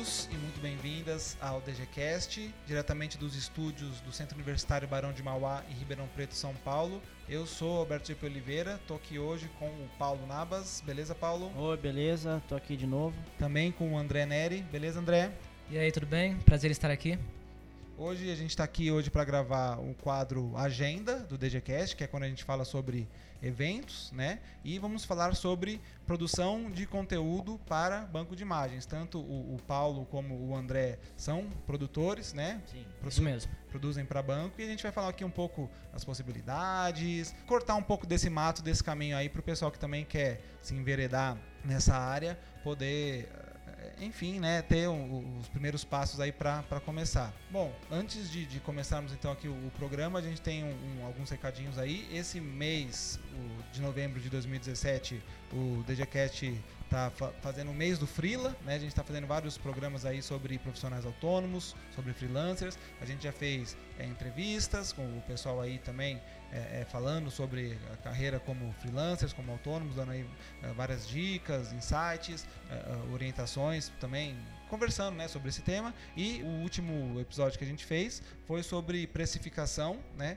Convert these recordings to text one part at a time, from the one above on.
bem-vindos e muito bem-vindas ao DGCast, diretamente dos estúdios do Centro Universitário Barão de Mauá em Ribeirão Preto, São Paulo. Eu sou Alberto G. Oliveira, estou aqui hoje com o Paulo Nabas. Beleza, Paulo? Oi, beleza, estou aqui de novo. Também com o André Neri. Beleza, André? E aí, tudo bem? Prazer estar aqui. Hoje a gente está aqui para gravar o quadro Agenda do DGCast, que é quando a gente fala sobre eventos, né? E vamos falar sobre produção de conteúdo para banco de imagens. Tanto o Paulo como o André são produtores, né? Sim, isso mesmo. Produzem para banco e a gente vai falar aqui um pouco das possibilidades, cortar um pouco desse mato, desse caminho aí para o pessoal que também quer se enveredar nessa área, poder... enfim, né, ter os primeiros passos aí para começar. Bom, antes de começarmos então aqui o programa, a gente tem alguns recadinhos aí. Esse mês de novembro de 2017, o DGCast está fazendo o mês do Freela, né? A gente está fazendo vários programas aí sobre profissionais autônomos, sobre freelancers. A gente já fez entrevistas com o pessoal aí também falando sobre a carreira como freelancers, como autônomos, dando aí várias dicas, insights, orientações também, conversando, né, sobre esse tema. E o último episódio que a gente fez foi sobre precificação, né?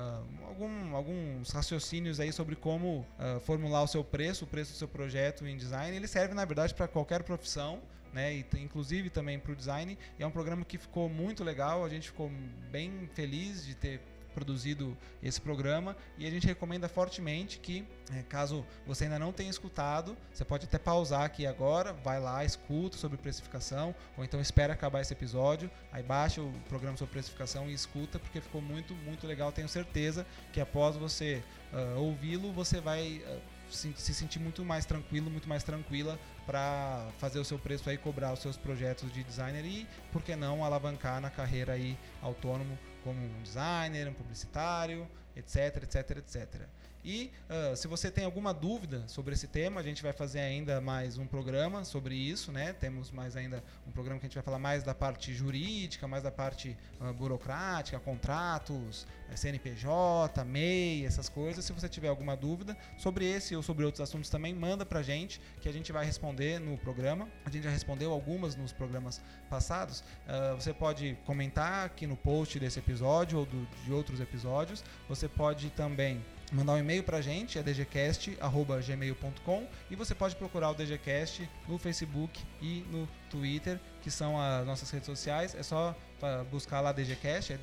Alguns raciocínios aí sobre como formular o preço do seu projeto em design. Ele serve, na verdade, para qualquer profissão, né, e inclusive também para o design. E é um programa que ficou muito legal, a gente ficou bem feliz de ter produzido esse programa e a gente recomenda fortemente que, caso você ainda não tenha escutado, você pode até pausar aqui agora, vai lá, escuta sobre precificação, ou então espera acabar esse episódio, aí baixa o programa sobre precificação e escuta, porque ficou muito, muito legal. Tenho certeza que após você ouvi-lo, você vai se sentir muito mais tranquilo, muito mais tranquila para fazer o seu preço aí, cobrar os seus projetos de designer e, por que não, alavancar na carreira aí autônomo como um designer, um publicitário, etc, etc, etc. E se você tem alguma dúvida sobre esse tema, a gente vai fazer ainda mais um programa sobre isso, né? Temos mais ainda um programa que a gente vai falar mais da parte jurídica, mais da parte burocrática, contratos, CNPJ, MEI, essas coisas. Se você tiver alguma dúvida sobre esse ou sobre outros assuntos também, manda pra gente, que a gente vai responder no programa. A gente já respondeu algumas nos programas passados. Você pode comentar aqui no post desse episódio ou de outros episódios. Você pode também mandar um e-mail pra gente, é dgcast@gmail.com, e você pode procurar o DGCast no Facebook e no Twitter, que são as nossas redes sociais. É só buscar lá DGCast, é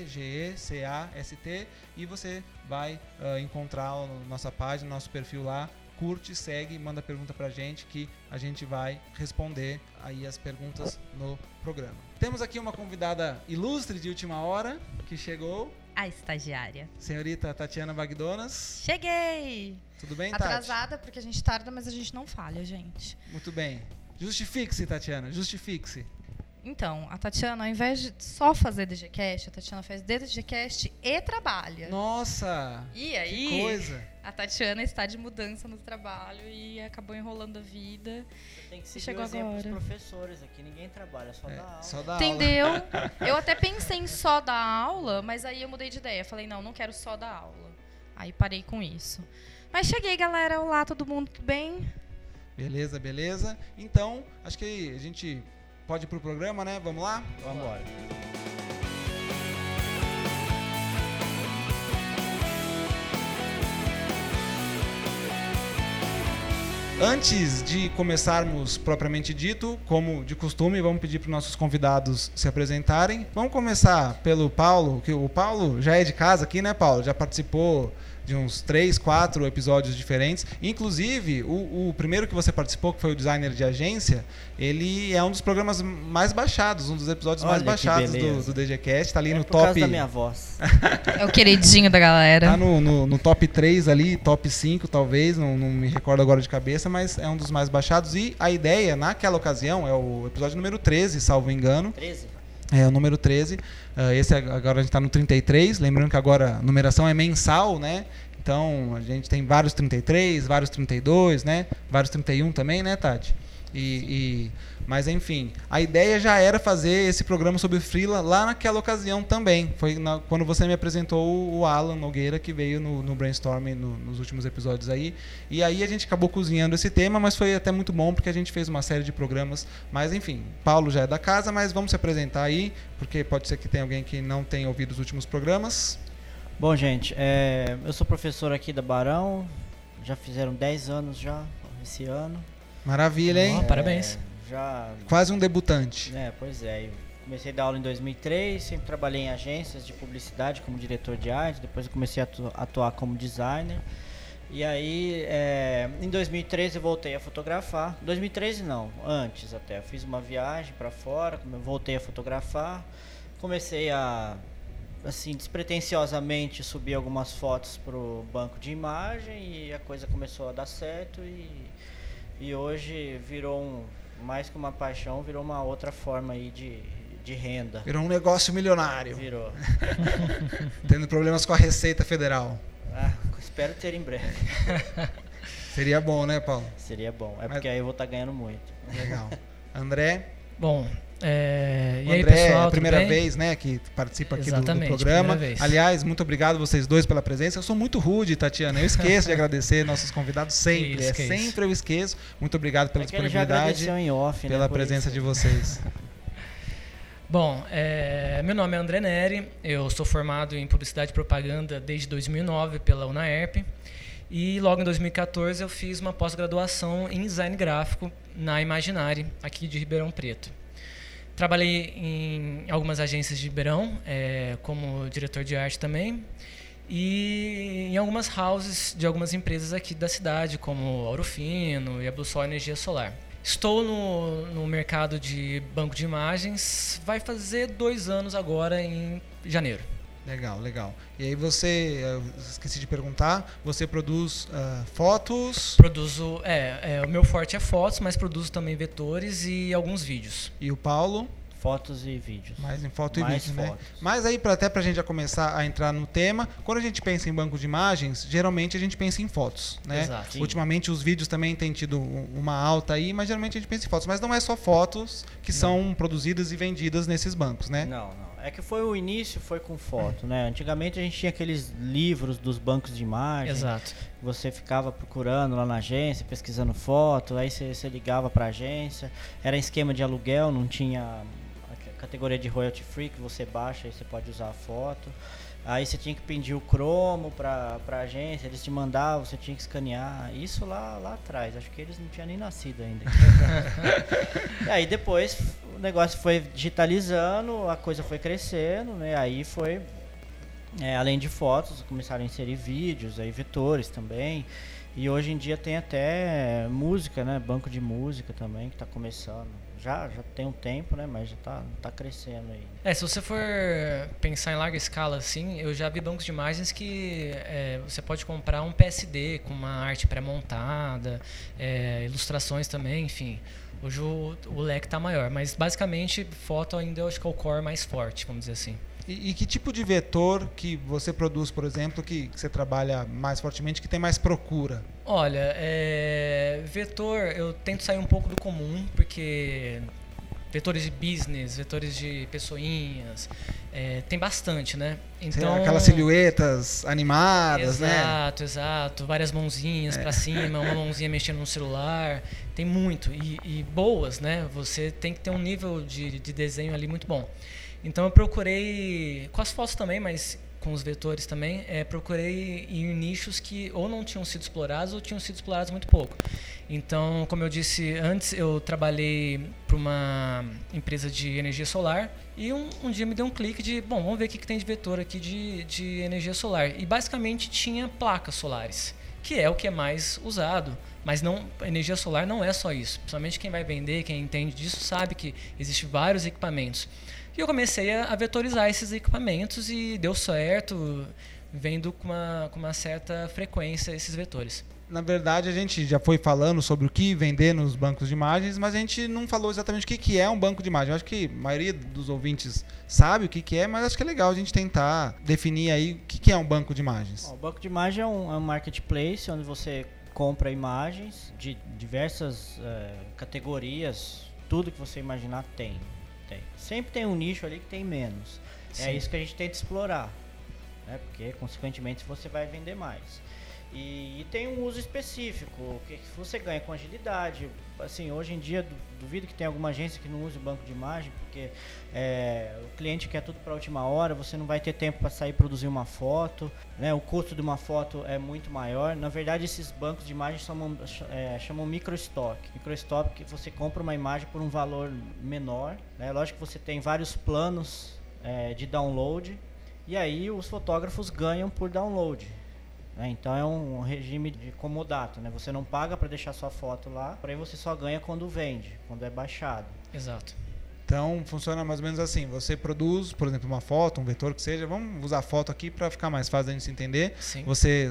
DEGECAST, e você vai encontrar a nossa página, nosso perfil lá. Curte, segue, manda pergunta pra gente que a gente vai responder aí as perguntas no programa. Temos aqui uma convidada ilustre de última hora que chegou. A estagiária. Senhorita Tatiana Bagdonas. Cheguei! Tudo bem, Tati? Atrasada porque a gente tarda, mas a gente não falha, gente. Muito bem. Justifique-se, Tatiana, justifique-se. Então, a Tatiana, ao invés de só fazer DGCast, a Tatiana faz DGCast e trabalha. Nossa! E aí, que coisa! A Tatiana está de mudança no trabalho e acabou enrolando a vida. Tem que E seguir chegou o exemplo agora. dos professores aqui, ninguém trabalha, só dá aula. Só dá Entendeu? aula. Eu até pensei em só dar aula, mas aí eu mudei de ideia. Falei, não quero só dar aula. Aí parei com isso. Mas cheguei, galera. Olá, todo mundo, tudo bem? Beleza, beleza. Então, acho que a gente pode ir pro programa, né? Vamos lá? Vamos embora. Antes de começarmos propriamente dito, como de costume, vamos pedir para os nossos convidados se apresentarem. Vamos começar pelo Paulo, que o Paulo já é de casa aqui, né, Paulo? Já participou de uns 3, 4 episódios diferentes. Inclusive, o primeiro que você participou, que foi o Designer de Agência, ele é um dos programas mais baixados, um dos episódios mais baixados do DGCast. Tá ali no por top... causa da minha voz. É o queridinho da galera. Tá no top 3 ali, top 5 talvez, não me recordo agora de cabeça, mas é um dos mais baixados. E a ideia, naquela ocasião, é o episódio número 13, salvo engano. 13? É, o número 13. Esse agora a gente está no 33. Lembrando que agora a numeração é mensal, né? Então a gente tem vários 33, vários 32, né? Vários 31 também, né, Tati? Mas enfim, a ideia já era fazer esse programa sobre freela lá naquela ocasião também. Foi quando você me apresentou o Alan Nogueira, que veio no Brainstorm nos últimos episódios aí. E aí a gente acabou cozinhando esse tema, mas foi até muito bom porque a gente fez uma série de programas. Mas enfim, Paulo já é da casa, mas vamos se apresentar aí, porque pode ser que tenha alguém que não tenha ouvido os últimos programas. Bom, gente, eu sou professor aqui da Barão, já fizeram 10 anos já, esse ano. Maravilha, hein? Parabéns. Já... Quase um debutante. Pois é. Eu comecei a dar aula em 2003, sempre trabalhei em agências de publicidade como diretor de arte, depois eu comecei a atuar como designer. E aí, em 2013 eu voltei a fotografar. 2013 não, antes até. Eu fiz uma viagem para fora, voltei a fotografar. Comecei a, assim, despretensiosamente subir algumas fotos pro banco de imagem e a coisa começou a dar certo e hoje virou mais que uma paixão, virou uma outra forma aí de renda. Virou um negócio milionário. Virou. Tendo problemas com a Receita Federal. Espero ter em breve. Seria bom, né, Paulo? Seria bom. Porque aí eu vou estar ganhando muito. Legal. André? Bom, e aí, André, pessoal, é a primeira tudo bem? vez, né, que participa aqui do Exatamente, programa. primeira vez. Aliás, muito obrigado vocês dois pela presença. Eu sou muito rude, Tatiana. Eu esqueço de agradecer nossos convidados sempre. Sempre eu esqueço. Muito obrigado pela disponibilidade, em off, pela né, presença de vocês. Bom, meu nome é André Neri, eu sou formado em Publicidade e Propaganda desde 2009 pela UNAERP e logo em 2014 eu fiz uma pós-graduação em Design Gráfico na Imaginari, aqui de Ribeirão Preto. Trabalhei em algumas agências de Ribeirão, como diretor de arte também, e em algumas houses de algumas empresas aqui da cidade, como Ouro Fino e a Blue Sol Energia Solar. Estou no mercado de banco de imagens, vai fazer 2 anos agora em janeiro. Legal, legal. E aí você, esqueci de perguntar, você produz fotos? Produzo, o meu forte é fotos, mas produzo também vetores e alguns vídeos. E o Paulo? Fotos e vídeos. Mais em foto Mais e vídeo, fotos. né? Mas aí, até pra gente já começar a entrar no tema, quando a gente pensa em banco de imagens, geralmente a gente pensa em fotos, né? Exato. Ultimamente os vídeos também têm tido uma alta aí, mas geralmente a gente pensa em fotos. Mas não é só fotos que são produzidas e vendidas nesses bancos, né? Não. É que o início foi com foto, né? Antigamente a gente tinha aqueles livros dos bancos de imagem. Exato. Você ficava procurando lá na agência, pesquisando foto, aí você ligava pra agência. Era em esquema de aluguel, não tinha a categoria de royalty free que você baixa e você pode usar a foto. Aí você tinha que pedir o cromo pra agência, eles te mandavam, você tinha que escanear. Isso lá atrás, acho que eles não tinham nem nascido ainda. E aí depois o negócio foi digitalizando, a coisa foi crescendo, né? Aí foi, além de fotos, começaram a inserir vídeos, aí vetores também. E hoje em dia tem até música, né? Banco de música também, que está começando. Já tem um tempo, né? Mas já tá crescendo aí. Se você for pensar em larga escala, assim, eu já vi bancos de imagens que você pode comprar um PSD com uma arte pré-montada, ilustrações também, enfim. Hoje o leque está maior, mas basicamente foto ainda eu acho que é o core mais forte, vamos dizer assim. E que tipo de vetor que você produz, por exemplo, que você trabalha mais fortemente, que tem mais procura? Olha, vetor, eu tento sair um pouco do comum, porque vetores de business, vetores de pessoinhas, tem bastante, né? Então, aquelas silhuetas animadas, né? Exato. Várias mãozinhas pra cima, uma mãozinha mexendo no celular. Tem muito. E boas, né? Você tem que ter um nível de desenho ali muito bom. Então eu procurei, com as fotos também, mas com os vetores também, procurei em nichos que ou não tinham sido explorados ou tinham sido explorados muito pouco. Então, como eu disse antes, eu trabalhei para uma empresa de energia solar e um dia me deu um clique de, vamos ver o que tem de vetor aqui de energia solar. E basicamente tinha placas solares, que é o que é mais usado. Mas energia solar não é só isso. Principalmente quem vai vender, quem entende disso, sabe que existem vários equipamentos. E eu comecei a vetorizar esses equipamentos e deu certo, vendo com uma certa frequência esses vetores. Na verdade, a gente já foi falando sobre o que vender nos bancos de imagens, mas a gente não falou exatamente o que é um banco de imagens. Eu acho que a maioria dos ouvintes sabe o que é, mas acho que é legal a gente tentar definir aí o que é um banco de imagens. O banco de imagens é um marketplace onde você compra imagens de diversas categorias, tudo que você imaginar tem. Sempre tem um nicho ali que tem menos. Sim. É isso que a gente tenta explorar, né? Porque, consequentemente, você vai vender mais. E tem um uso específico, que você ganha com agilidade. Assim, hoje em dia, duvido que tenha alguma agência que não use o banco de imagem, porque o cliente quer tudo para a última hora, você não vai ter tempo para sair produzir uma foto, né? O custo de uma foto é muito maior. Na verdade, esses bancos de imagem chamam microstock. Microstock que você compra uma imagem por um valor menor, né? Lógico que você tem vários planos de download, e aí os fotógrafos ganham por download. Então é um regime de comodato, né? Você não paga para deixar sua foto lá, porém você só ganha quando vende, quando é baixado. Exato. Então funciona mais ou menos assim, você produz, por exemplo, uma foto, um vetor que seja, vamos usar a foto aqui para ficar mais fácil da gente se entender. Sim. Você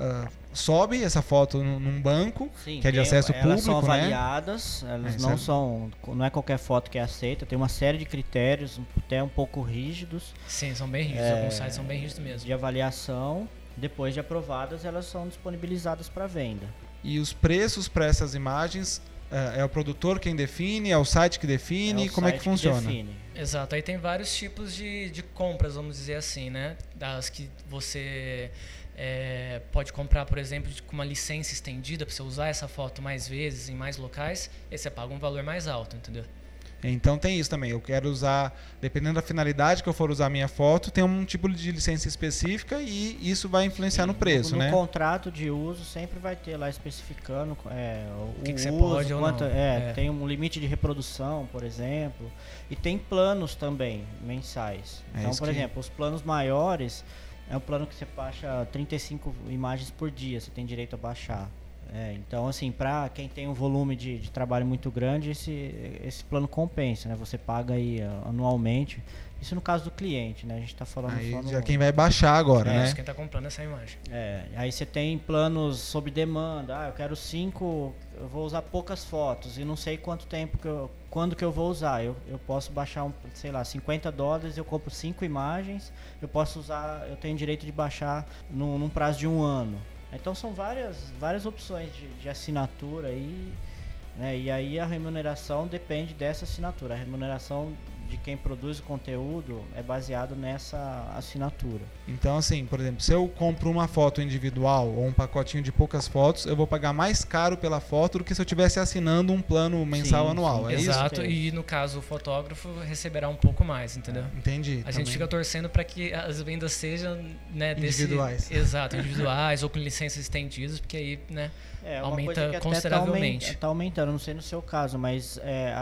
sobe essa foto num banco, Sim, que é de acesso público, elas são né? avaliadas, elas não é qualquer foto que é aceita, tem uma série de critérios até um pouco rígidos. Sim, são bem rígidos, alguns sites são bem rígidos mesmo. De avaliação. Depois de aprovadas, elas são disponibilizadas para venda. E os preços para essas imagens, é o produtor quem define, é o site que define, como é que funciona? Define. Exato, aí tem vários tipos de compras, vamos dizer assim, né? Das que você pode comprar, por exemplo, com uma licença estendida para você usar essa foto mais vezes, em mais locais, e você paga um valor mais alto, entendeu? Então tem isso também, eu quero usar, dependendo da finalidade que eu for usar a minha foto, tem um tipo de licença específica e isso vai influenciar no preço, né? No contrato de uso sempre vai ter lá especificando o que você uso, pode ou não. Tem um limite de reprodução, por exemplo, e tem planos também, mensais. Então, por exemplo, os planos maiores é um plano que você baixa 35 imagens por dia, você tem direito a baixar. Então, assim, para quem tem um volume de trabalho muito grande, esse plano compensa, né? Você paga aí anualmente. Isso no caso do cliente, né? A gente está falando aí só já quem vai baixar agora, né? Isso, quem está comprando essa imagem. Aí você tem planos sob demanda. Eu quero 5, eu vou usar poucas fotos e não sei quanto tempo quando que eu vou usar. Eu posso baixar, sei lá, $50, eu compro 5 imagens, eu posso usar, eu tenho direito de baixar num prazo de 1 ano. Então são várias opções de assinatura aí, né? E aí a remuneração depende dessa assinatura. A remuneração de quem produz o conteúdo é baseado nessa assinatura. Então, assim, por exemplo, se eu compro uma foto individual ou um pacotinho de poucas fotos, eu vou pagar mais caro pela foto do que se eu estivesse assinando um plano mensal anual. É Exato, isso? E no caso o fotógrafo receberá um pouco mais, entendeu? Entendi. A gente fica torcendo para que as vendas sejam, né, individuais. Exato, individuais ou com licenças estendidas, porque aí, né, aumenta consideravelmente. Está aumentando, não sei no seu caso, mas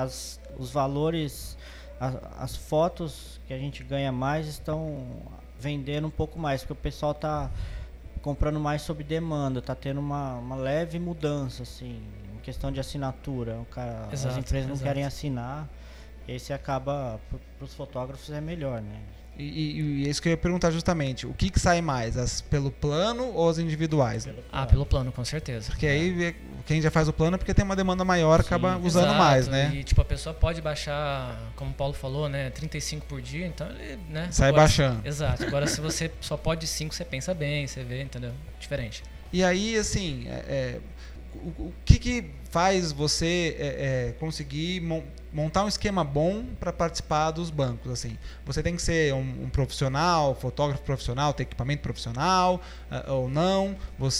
os valores, as fotos que a gente ganha mais estão vendendo um pouco mais, porque o pessoal está comprando mais sob demanda, está tendo uma leve mudança, assim, em questão de assinatura. As empresas não querem assinar, e aí você acaba, para os fotógrafos é melhor, né? E isso que eu ia perguntar justamente, o que sai mais, pelo plano ou as individuais? Pelo plano, com certeza. Porque aí quem já faz o plano é porque tem uma demanda maior, acaba usando mais, né? E tipo, a pessoa pode baixar, como o Paulo falou, né, 35 por dia, então ele, né, sai baixando. Exato. Agora se você só pode 5, você pensa bem, você vê, entendeu? Diferente. E aí, assim, o que faz você conseguir montar um esquema bom para participar dos bancos? Assim, você tem que ser um profissional, fotógrafo profissional, ter equipamento profissional ou não?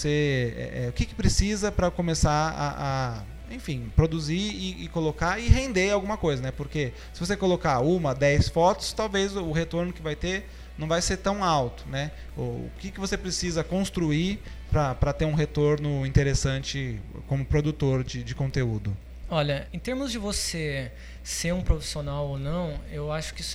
O que precisa para começar enfim, produzir e colocar e render alguma coisa, né? Porque se você colocar 10 fotos, talvez o retorno que vai ter não vai ser tão alto, né? O que você precisa construir para ter um retorno interessante como produtor de conteúdo? Olha, em termos de você ser um profissional ou não, eu acho que isso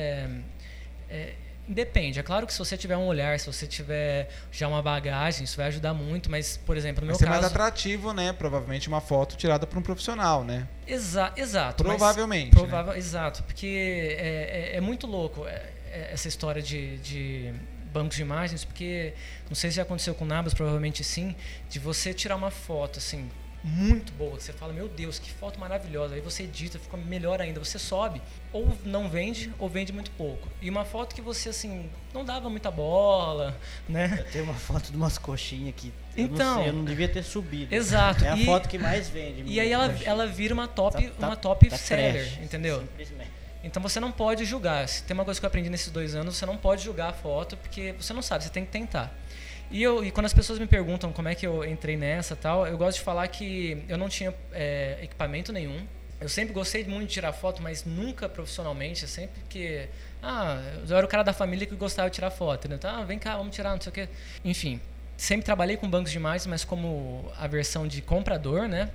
depende. É claro que se você tiver um olhar, se você tiver já uma bagagem, isso vai ajudar muito, mas, por exemplo, no meu caso... Vai ser mais atrativo, né? Provavelmente uma foto tirada por um profissional, né? Exato. Provavelmente. Né? Exato, porque é muito louco essa história de bancos de imagens, porque não sei se já aconteceu com o Nabas, provavelmente sim, de você tirar uma foto, assim, muito boa, que você fala, meu Deus, que foto maravilhosa. Aí você edita, fica melhor ainda. Você sobe, ou não vende, ou vende muito pouco. E uma foto que você, assim, não dava muita bola, né? Eu tenho uma foto de umas coxinhas que Então, eu não devia ter subido. Exato. É a foto que mais vende. E aí ela vira uma top tá seller, trash, entendeu? Simplesmente. Então você não pode julgar. Se tem uma coisa que eu aprendi nesses 2 anos, você não pode julgar a foto, porque você não sabe, você tem que tentar. E quando as pessoas me perguntam como é que eu entrei nessa e tal, eu gosto de falar que eu não tinha equipamento nenhum. Eu sempre gostei muito de tirar foto, mas nunca profissionalmente. Sempre que... eu era o cara da família que gostava de tirar foto, né? Então, vem cá, vamos tirar, não sei o quê. Enfim, sempre trabalhei com bancos de imagens, mas como a versão de comprador, né?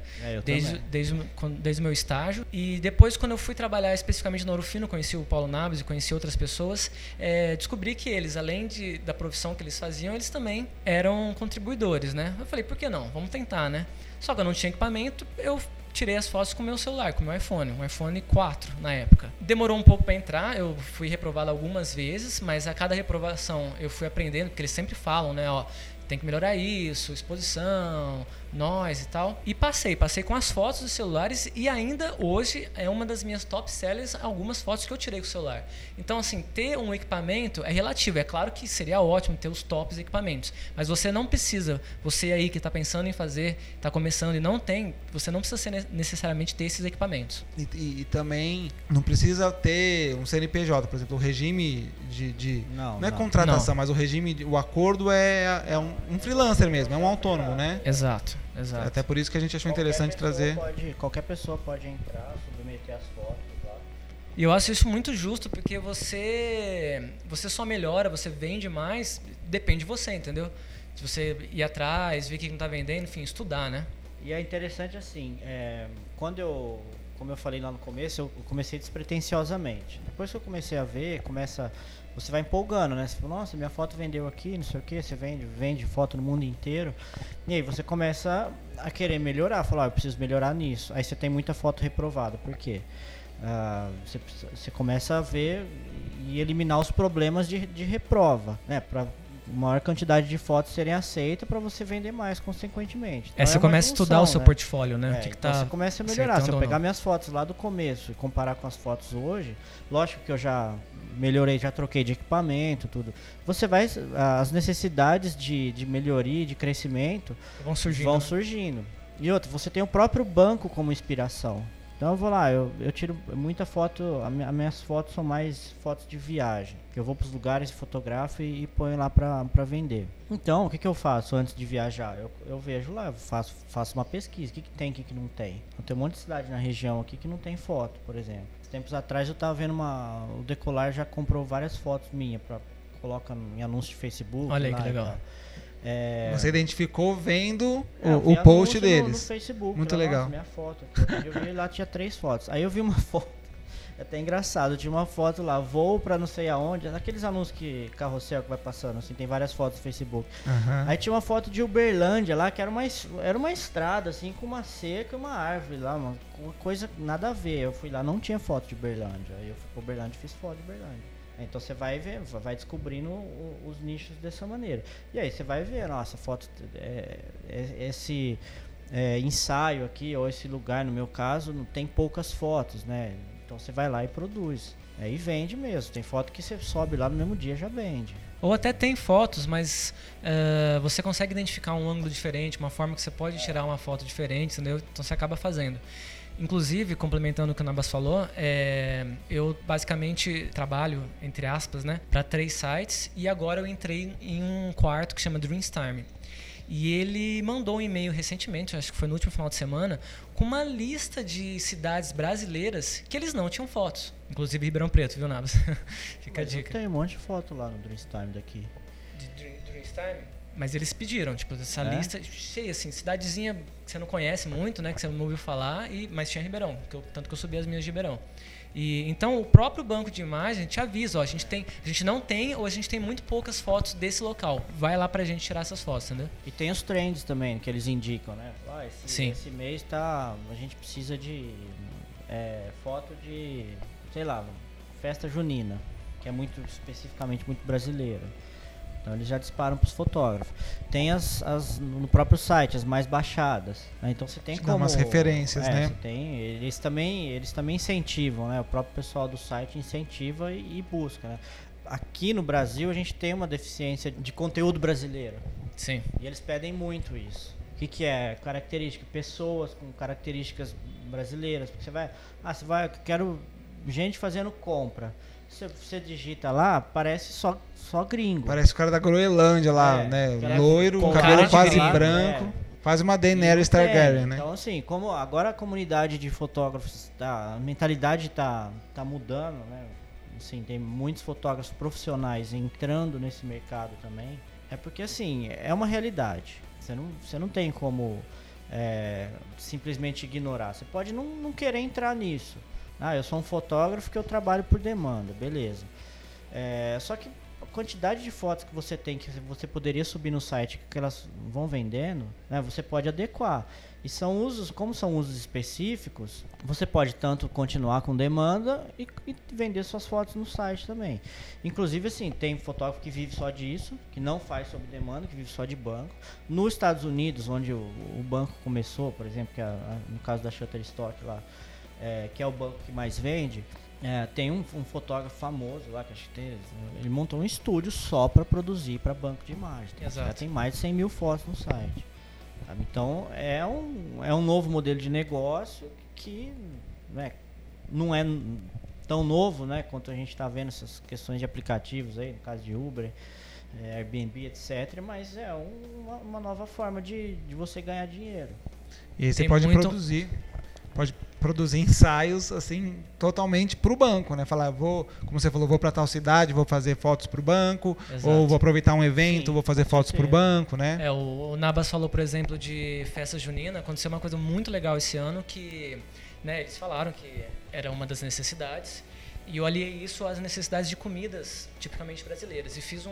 Desde o meu estágio. E depois, quando eu fui trabalhar especificamente no Ouro Fino, conheci o Paulo Naves e conheci outras pessoas, descobri que eles, além da profissão que eles faziam, eles também eram contribuidores, né? Eu falei, por que não? Vamos tentar, né? Só que eu não tinha equipamento, eu tirei as fotos com o meu celular, com o meu iPhone, um iPhone 4 na época. Demorou um pouco para entrar, eu fui reprovado algumas vezes, mas a cada reprovação eu fui aprendendo, porque eles sempre falam, né, tem que melhorar isso, exposição, noise e tal. E passei com as fotos dos celulares e ainda hoje é uma das minhas top sellers algumas fotos que eu tirei com o celular. Então, assim, ter um equipamento é relativo. É claro que seria ótimo ter os tops equipamentos, mas você não precisa, você aí que está pensando em fazer, está começando e não tem, você não precisa necessariamente ter esses equipamentos. E também não precisa ter um CNPJ, por exemplo, o regime não é contratação, mas o regime, o acordo é um freelancer mesmo, é um autônomo, né? Exato. Até por isso que a gente achou interessante trazer. Qualquer pessoa pode entrar, submeter as fotos lá. E eu acho isso muito justo, porque você só melhora, você vende mais, depende de você, entendeu? Se você ir atrás, ver o que não está vendendo, enfim, estudar, né? E é interessante assim, como eu falei lá no começo, eu comecei despretensiosamente. Depois que eu comecei a ver, você vai empolgando, né? Você fala, nossa, minha foto vendeu aqui, não sei o que, você vende foto no mundo inteiro. E aí você começa a querer melhorar, falar, eu preciso melhorar nisso. Aí você tem muita foto reprovada, por quê? Você começa a ver e eliminar os problemas de reprova, né? Pra maior quantidade de fotos serem aceitas para você vender mais consequentemente. Então você começa a estudar o seu portfólio, né? Então você começa a melhorar. Se eu pegar minhas fotos lá do começo e comparar com as fotos hoje, lógico que eu já melhorei, já troquei de equipamento, tudo. As necessidades de melhoria, de crescimento vão surgindo. E outra, você tem o próprio banco como inspiração. Então eu vou lá, eu tiro muita foto, as minhas fotos são mais fotos de viagem, que eu vou para os lugares, fotografo e ponho lá para vender. Então, o que eu faço antes de viajar? Eu vejo lá, eu faço uma pesquisa, o que tem, o que não tem. Eu tenho um monte de cidade na região aqui que não tem foto, por exemplo. Tempos atrás eu estava vendo o Decolar já comprou várias fotos minhas, coloca em anúncio de Facebook. Olha aí que legal. Você identificou vendo o post deles. No Facebook. Muito legal. Minha foto. Eu vi lá, tinha 3 fotos. Aí eu vi uma foto, é até engraçado, tinha uma foto lá, voo pra não sei aonde, aqueles anúncios carrossel que vai passando, assim, tem várias fotos no Facebook. Uhum. Aí tinha uma foto de Uberlândia lá, que era uma estrada, assim, com uma seca e uma árvore lá, uma coisa nada a ver. Eu fui lá, não tinha foto de Uberlândia. Aí eu fui pra Uberlândia e fiz foto de Uberlândia. Então você vai ver, vai descobrindo os nichos dessa maneira. E aí você vai ver, nossa, foto, esse ensaio aqui, ou esse lugar, no meu caso, não tem poucas fotos, né? Então você vai lá e produz. Aí vende mesmo. Tem foto que você sobe lá no mesmo dia já vende. Ou até tem fotos, mas você consegue identificar um ângulo diferente, uma forma que você pode tirar uma foto diferente, entendeu? Então você acaba fazendo. Inclusive, complementando o que o Nabas falou, eu basicamente trabalho, entre aspas, né, para 3 sites, e agora eu entrei em um quarto que chama Dreamstime. E ele mandou um e-mail recentemente, acho que foi no último final de semana, com uma lista de cidades brasileiras que eles não tinham fotos. Inclusive Ribeirão Preto, viu, Nabas? Fica a dica. Tem um monte de foto lá no Dreamstime daqui. De Dreamstime? Mas eles pediram, tipo, essa lista cheia, assim, cidadezinha que você não conhece muito, né, que você não ouviu falar, mas tinha Ribeirão, tanto que eu subi as minhas de Ribeirão. E então o próprio banco de imagem te avisa, a gente não tem ou a gente tem muito poucas fotos desse local. Vai lá pra gente tirar essas fotos, entendeu? E tem os trends também que eles indicam, né? Esse mês a gente precisa de foto de, sei lá, festa junina, que é muito especificamente muito brasileira. Então eles já disparam para os fotógrafos. Tem no próprio site, as mais baixadas. Né? Então você tem Te como... dá umas referências, né? Você tem, eles também incentivam, né? O próprio pessoal do site incentiva e busca, né? Aqui no Brasil a gente tem uma deficiência de conteúdo brasileiro. Sim. E eles pedem muito isso. O que é? Característica, pessoas com características brasileiras. Porque você vai, quero gente fazendo compra. Você digita lá, parece só gringo. Parece o cara da Groenlândia lá, né? Loiro, com cabelo cara de quase gringo, branco. Faz uma Daenerys Targaryen, né? Então, assim, como agora a comunidade de fotógrafos, a mentalidade tá mudando, né? Assim, tem muitos fotógrafos profissionais entrando nesse mercado também. É porque, assim, é uma realidade. Você não tem como simplesmente ignorar. Você pode não querer entrar nisso. Eu sou um fotógrafo que eu trabalho por demanda, beleza. Só que a quantidade de fotos que você tem, que você poderia subir no site, que elas vão vendendo, né, você pode adequar. E como são usos específicos, você pode tanto continuar com demanda e vender suas fotos no site também. Inclusive, assim, tem fotógrafo que vive só disso, que não faz sob demanda, que vive só de banco. Nos Estados Unidos, onde o banco começou, por exemplo, que no caso da Shutterstock lá, que é o banco que mais vende, tem um fotógrafo famoso lá, que acho que ele montou um estúdio só para produzir para banco de imagens. Já tem mais de 100 mil fotos no site. Sabe? Então é um novo modelo de negócio que, né, não é tão novo, né, quanto a gente está vendo essas questões de aplicativos aí, no caso de Uber, Airbnb, etc. Mas é uma nova forma de você ganhar dinheiro. E aí você pode produzir ensaios assim totalmente para o banco, né? Falar, como você falou, vou para tal cidade, vou fazer fotos para o banco. Exato. Ou vou aproveitar um evento, sim, vou fazer fotos para o banco, né? O Nabas falou, por exemplo, de festa junina. Aconteceu uma coisa muito legal esse ano que, né, eles falaram que era uma das necessidades e eu aliei isso às necessidades de comidas tipicamente brasileiras e fiz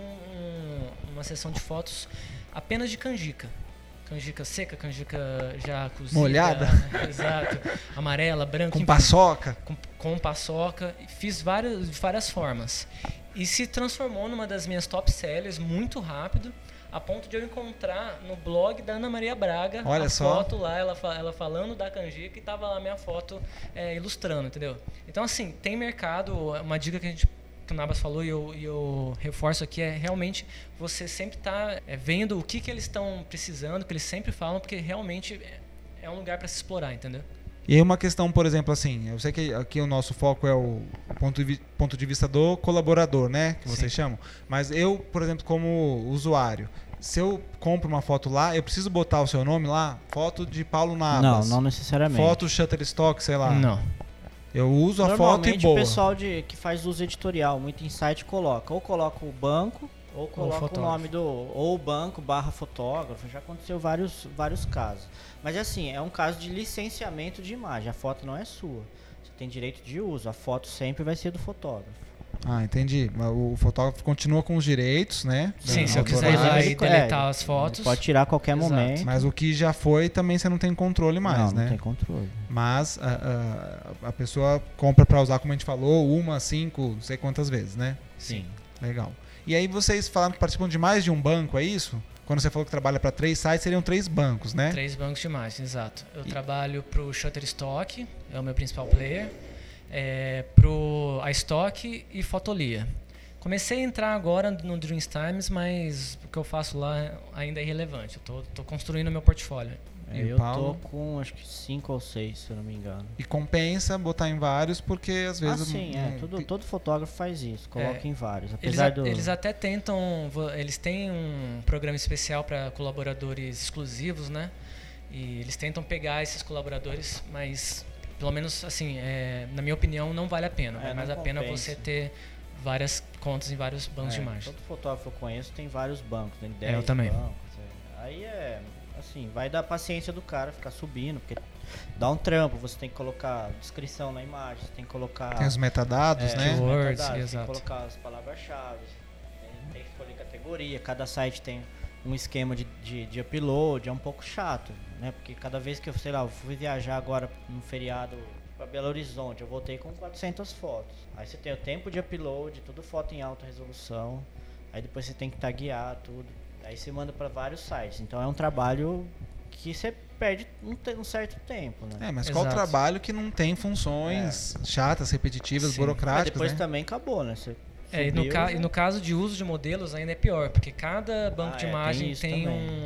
uma sessão de fotos apenas de canjica. Canjica seca, canjica já cozida. Molhada? Exato. Amarela, branca. Com paçoca? Com paçoca. Fiz de várias formas. E se transformou numa das minhas top sellers muito rápido, a ponto de eu encontrar no blog da Ana Maria Braga foto lá, ela falando da canjica e tava lá a minha foto ilustrando, entendeu? Então, assim, tem mercado. Uma dica que o Nabas falou e eu reforço aqui é realmente você sempre tá vendo o que eles estão precisando, que eles sempre falam, porque realmente é um lugar para se explorar, entendeu? E aí uma questão, por exemplo, assim, eu sei que aqui o nosso foco é o ponto de vista do colaborador, né, que vocês chamam, mas eu, por exemplo, como usuário, se eu compro uma foto lá, eu preciso botar o seu nome lá? Foto de Paulo Nabas. Não necessariamente. Foto Shutterstock, sei lá. Não. Eu uso a foto e boa. Normalmente o pessoal que faz uso editorial, muito insight, coloca o banco, ou coloca o nome ou banco / fotógrafo. Já aconteceu vários casos. Mas assim, é um caso de licenciamento de imagem. A foto não é sua. Você tem direito de uso. A foto sempre vai ser do fotógrafo. Ah, entendi. O fotógrafo continua com os direitos, né? Sim, se eu quiser ir lá e deletar as fotos. Pode tirar a qualquer momento. Mas o que já foi também você não tem controle mais, né? Não tem controle. Mas a pessoa compra para usar, como a gente falou, 1, 5, não sei quantas vezes, né? Sim. Legal. E aí vocês falaram que participam de mais de um banco, é isso? Quando você falou que trabalha para 3 sites, seriam 3 bancos, né? 3 bancos de imagens, exato. Eu trabalho para o Shutterstock, é o meu principal player. Pro iStock e Fotolia. Comecei a entrar agora no Dreams Times, mas o que eu faço lá ainda é irrelevante. Eu tô construindo o meu portfólio. Eu tô com acho que 5 ou 6, se eu não me engano. E compensa botar em vários, porque às vezes... sim, todo fotógrafo faz isso, coloca em vários. Eles até tentam, eles têm um programa especial para colaboradores exclusivos, né? E eles tentam pegar esses colaboradores, mas... Pelo menos, assim, na minha opinião, não vale a pena. Vale mais a pena você ter várias contas em vários bancos de imagem. Todo fotógrafo que eu conheço tem vários bancos, tem 10 eu também. bancos. Aí assim, vai da paciência do cara ficar subindo, porque dá um trampo, você tem que colocar descrição na imagem, você tem que colocar... Tem os metadados, né? Keywords, exato. Tem que colocar as palavras-chave, tem que escolher categoria, cada site tem um esquema de upload, é um pouco chato, né? Porque cada vez que eu fui viajar agora num feriado para Belo Horizonte, eu voltei com 400 fotos. Aí você tem o tempo de upload, tudo foto em alta resolução, Aí depois você tem que taguear tudo. Aí você manda para vários sites. Então é um trabalho que você perde um certo tempo, né? Mas qual trabalho que não tem funções chatas, repetitivas, burocráticas, mas depois né? também acabou, né? Você e no caso de uso de modelos ainda é pior, porque cada banco de imagem tem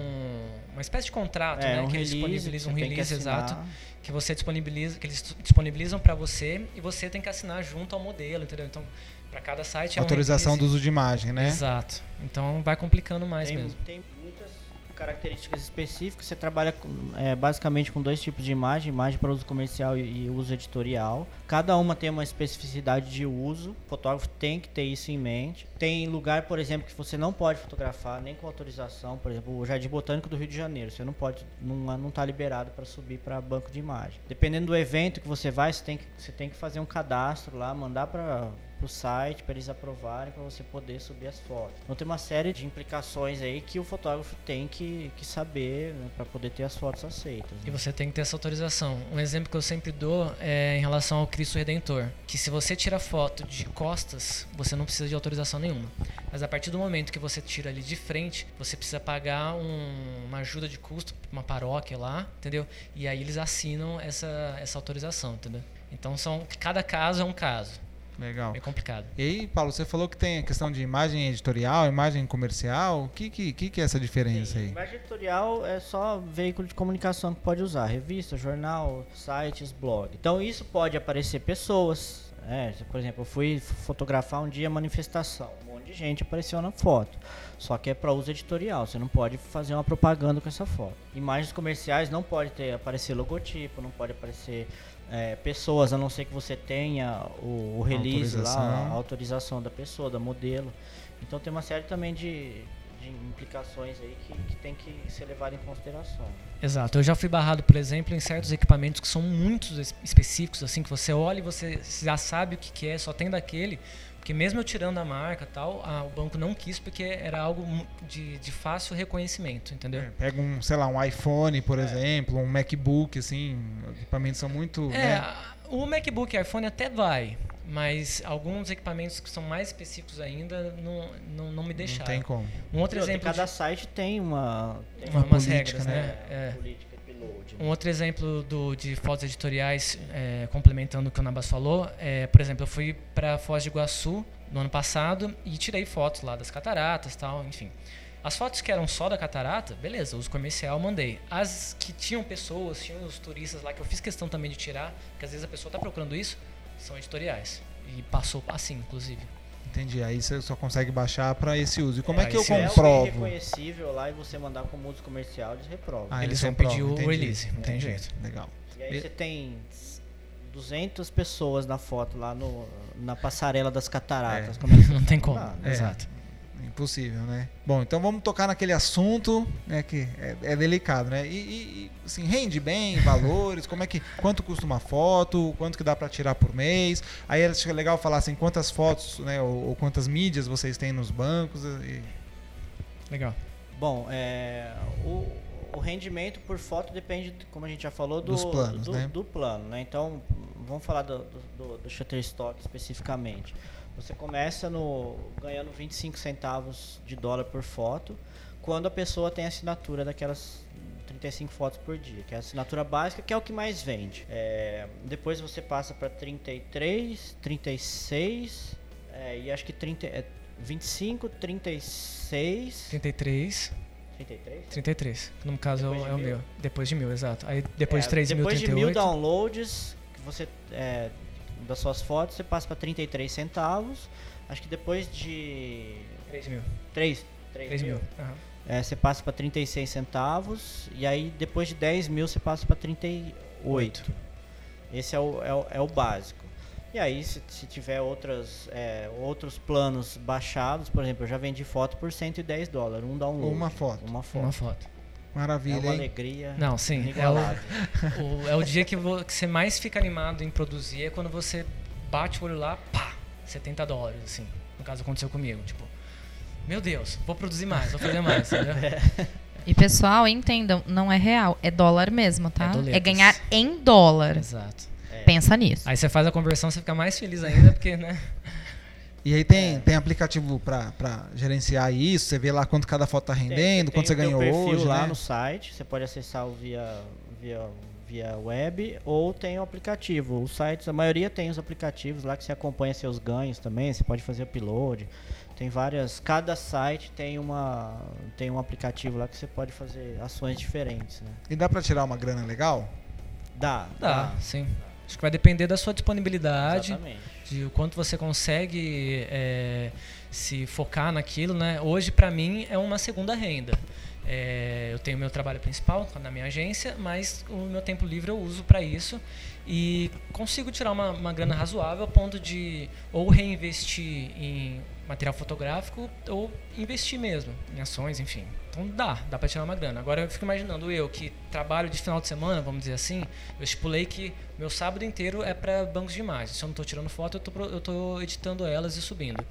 uma espécie de contrato, né? Que eles disponibilizam um release, exato, que que eles disponibilizam para você e você tem que assinar junto ao modelo, entendeu? Então, para cada site autorização do uso de imagem, né? Exato. Então vai complicando mais mesmo. Tem muitas características específicas. Você trabalha basicamente com 2 tipos de imagem para uso comercial e uso editorial. Cada uma tem uma especificidade de uso. O fotógrafo tem que ter isso em mente. Tem lugar, por exemplo, que você não pode fotografar nem com autorização. Por exemplo, o Jardim Botânico do Rio de Janeiro. Você não está liberado para subir para banco de imagem. Dependendo do evento que você vai, você tem que fazer um cadastro lá, mandar para o site para eles aprovarem, para você poder subir as fotos. Então tem uma série de implicações aí que o fotógrafo tem que saber, né, para poder ter as fotos aceitas, né? E você tem que ter essa autorização. Um exemplo que eu sempre dou é em relação ao Cristo Redentor, que se você tira foto de costas, você não precisa de autorização nenhuma. Mas a partir do momento que você tira ali de frente, você precisa pagar uma ajuda de custo, uma paróquia lá, entendeu? E aí eles assinam essa autorização, entendeu? Então cada caso é um caso. Legal. É complicado. E aí, Paulo, você falou que tem a questão de imagem editorial, imagem comercial. O que é essa diferença aí? Imagem editorial é só veículo de comunicação que pode usar. Revista, jornal, sites, blog. Então isso pode aparecer pessoas. Por exemplo, eu fui fotografar um dia a manifestação. Um monte de gente apareceu na foto. Só que é para uso editorial. Você não pode fazer uma propaganda com essa foto. Imagens comerciais não pode aparecer logotipo, não pode aparecer pessoas, a não ser que você tenha o release lá, a autorização da pessoa, da modelo. Então tem uma série também de implicações aí que tem que ser levado em consideração. Exato. Eu já fui barrado, por exemplo, em certos equipamentos que são muito específicos, assim, que você olha e você já sabe o que é, só tem daquele. Porque mesmo eu tirando a marca e tal, o banco não quis porque era algo de fácil reconhecimento, entendeu? Pega um iPhone, por exemplo, um MacBook, assim, equipamentos são muito... O MacBook e iPhone até vai, mas alguns equipamentos que são mais específicos ainda não me deixaram. Não tem como. Um outro exemplo cada site tem umas regras, né? Política de load, Um outro exemplo de fotos editoriais, complementando o que o Nabas falou, por exemplo, eu fui para Foz de Iguaçu no ano passado e tirei fotos lá das cataratas e tal, enfim. As fotos que eram só da catarata, beleza, uso comercial, mandei. As que tinham pessoas, tinham os turistas lá, que eu fiz questão também de tirar, porque às vezes a pessoa está procurando isso, são editoriais. E passou assim, inclusive. Entendi, aí você só consegue baixar para esse uso. E como é que eu Se é comprovo? reconhecível lá e você mandar como uso comercial, eles reprovam. Eles vão pedir o release, não tem jeito. Legal. E aí você tem 200 pessoas na foto lá na passarela das cataratas. Como é que não tem como, exato. Impossível, né? Bom, então vamos tocar naquele assunto, né, que é delicado, né? E assim, rende bem, valores, quanto custa uma foto, quanto que dá para tirar por mês? Aí é legal falar assim, quantas fotos, né, ou quantas mídias vocês têm nos bancos. Legal. Bom, o rendimento por foto depende, como a gente já falou, dos planos, né? do plano, né? Então, vamos falar do Shutterstock especificamente. Você começa ganhando 25 centavos de dólar por foto, quando a pessoa tem a assinatura daquelas 35 fotos por dia, que é a assinatura básica, que é o que mais vende. Depois você passa para 33, 36, e acho que 25, 36... 33... 33? 33, que no caso é o meu. Depois de 1000, exato. Aí depois de 3.000, depois 38. de 1000 downloads, que você... das suas fotos, você passa para 33 centavos. Acho que depois de 3.000. 3.000. Uhum. Você passa para 36 centavos. E aí depois de 10.000 você passa para 38. Esse é o básico. E aí se tiver outros planos baixados, por exemplo, eu já vendi foto por $110, um download. Uma foto. Maravilha, é uma alegria. Não, sim. É o dia que você mais fica animado em produzir, é quando você bate o olho lá, pá, $70, assim. No caso, aconteceu comigo. Tipo, meu Deus, vou produzir mais, vou fazer mais, entendeu? E pessoal, entendam, não é real, é dólar mesmo, tá? É ganhar em dólar. Exato. Pensa nisso. Aí você faz a conversão, você fica mais feliz ainda, porque, né? E aí tem aplicativo para gerenciar isso? Você vê lá quanto cada foto tá rendendo, quanto você ganhou perfil hoje, lá né? no site, você pode acessar via web ou tem o aplicativo. Os sites, a maioria tem os aplicativos lá que você acompanha seus ganhos também, você pode fazer upload. Tem várias, cada site tem um aplicativo lá que você pode fazer ações diferentes, né? E dá para tirar uma grana legal? Dá, Sim. Acho que vai depender da sua disponibilidade, exatamente. de o quanto você consegue se focar naquilo, né? Hoje, para mim, é uma segunda renda. Eu tenho meu trabalho principal na minha agência, mas o meu tempo livre eu uso para isso e consigo tirar uma grana razoável a ponto de ou reinvestir em material fotográfico ou investir mesmo em ações, enfim. Então dá para tirar uma grana. Agora eu fico imaginando eu que trabalho de final de semana, vamos dizer assim, eu estipulei que meu sábado inteiro é para bancos de imagens. Se eu não estou tirando foto, eu estou editando elas e subindo.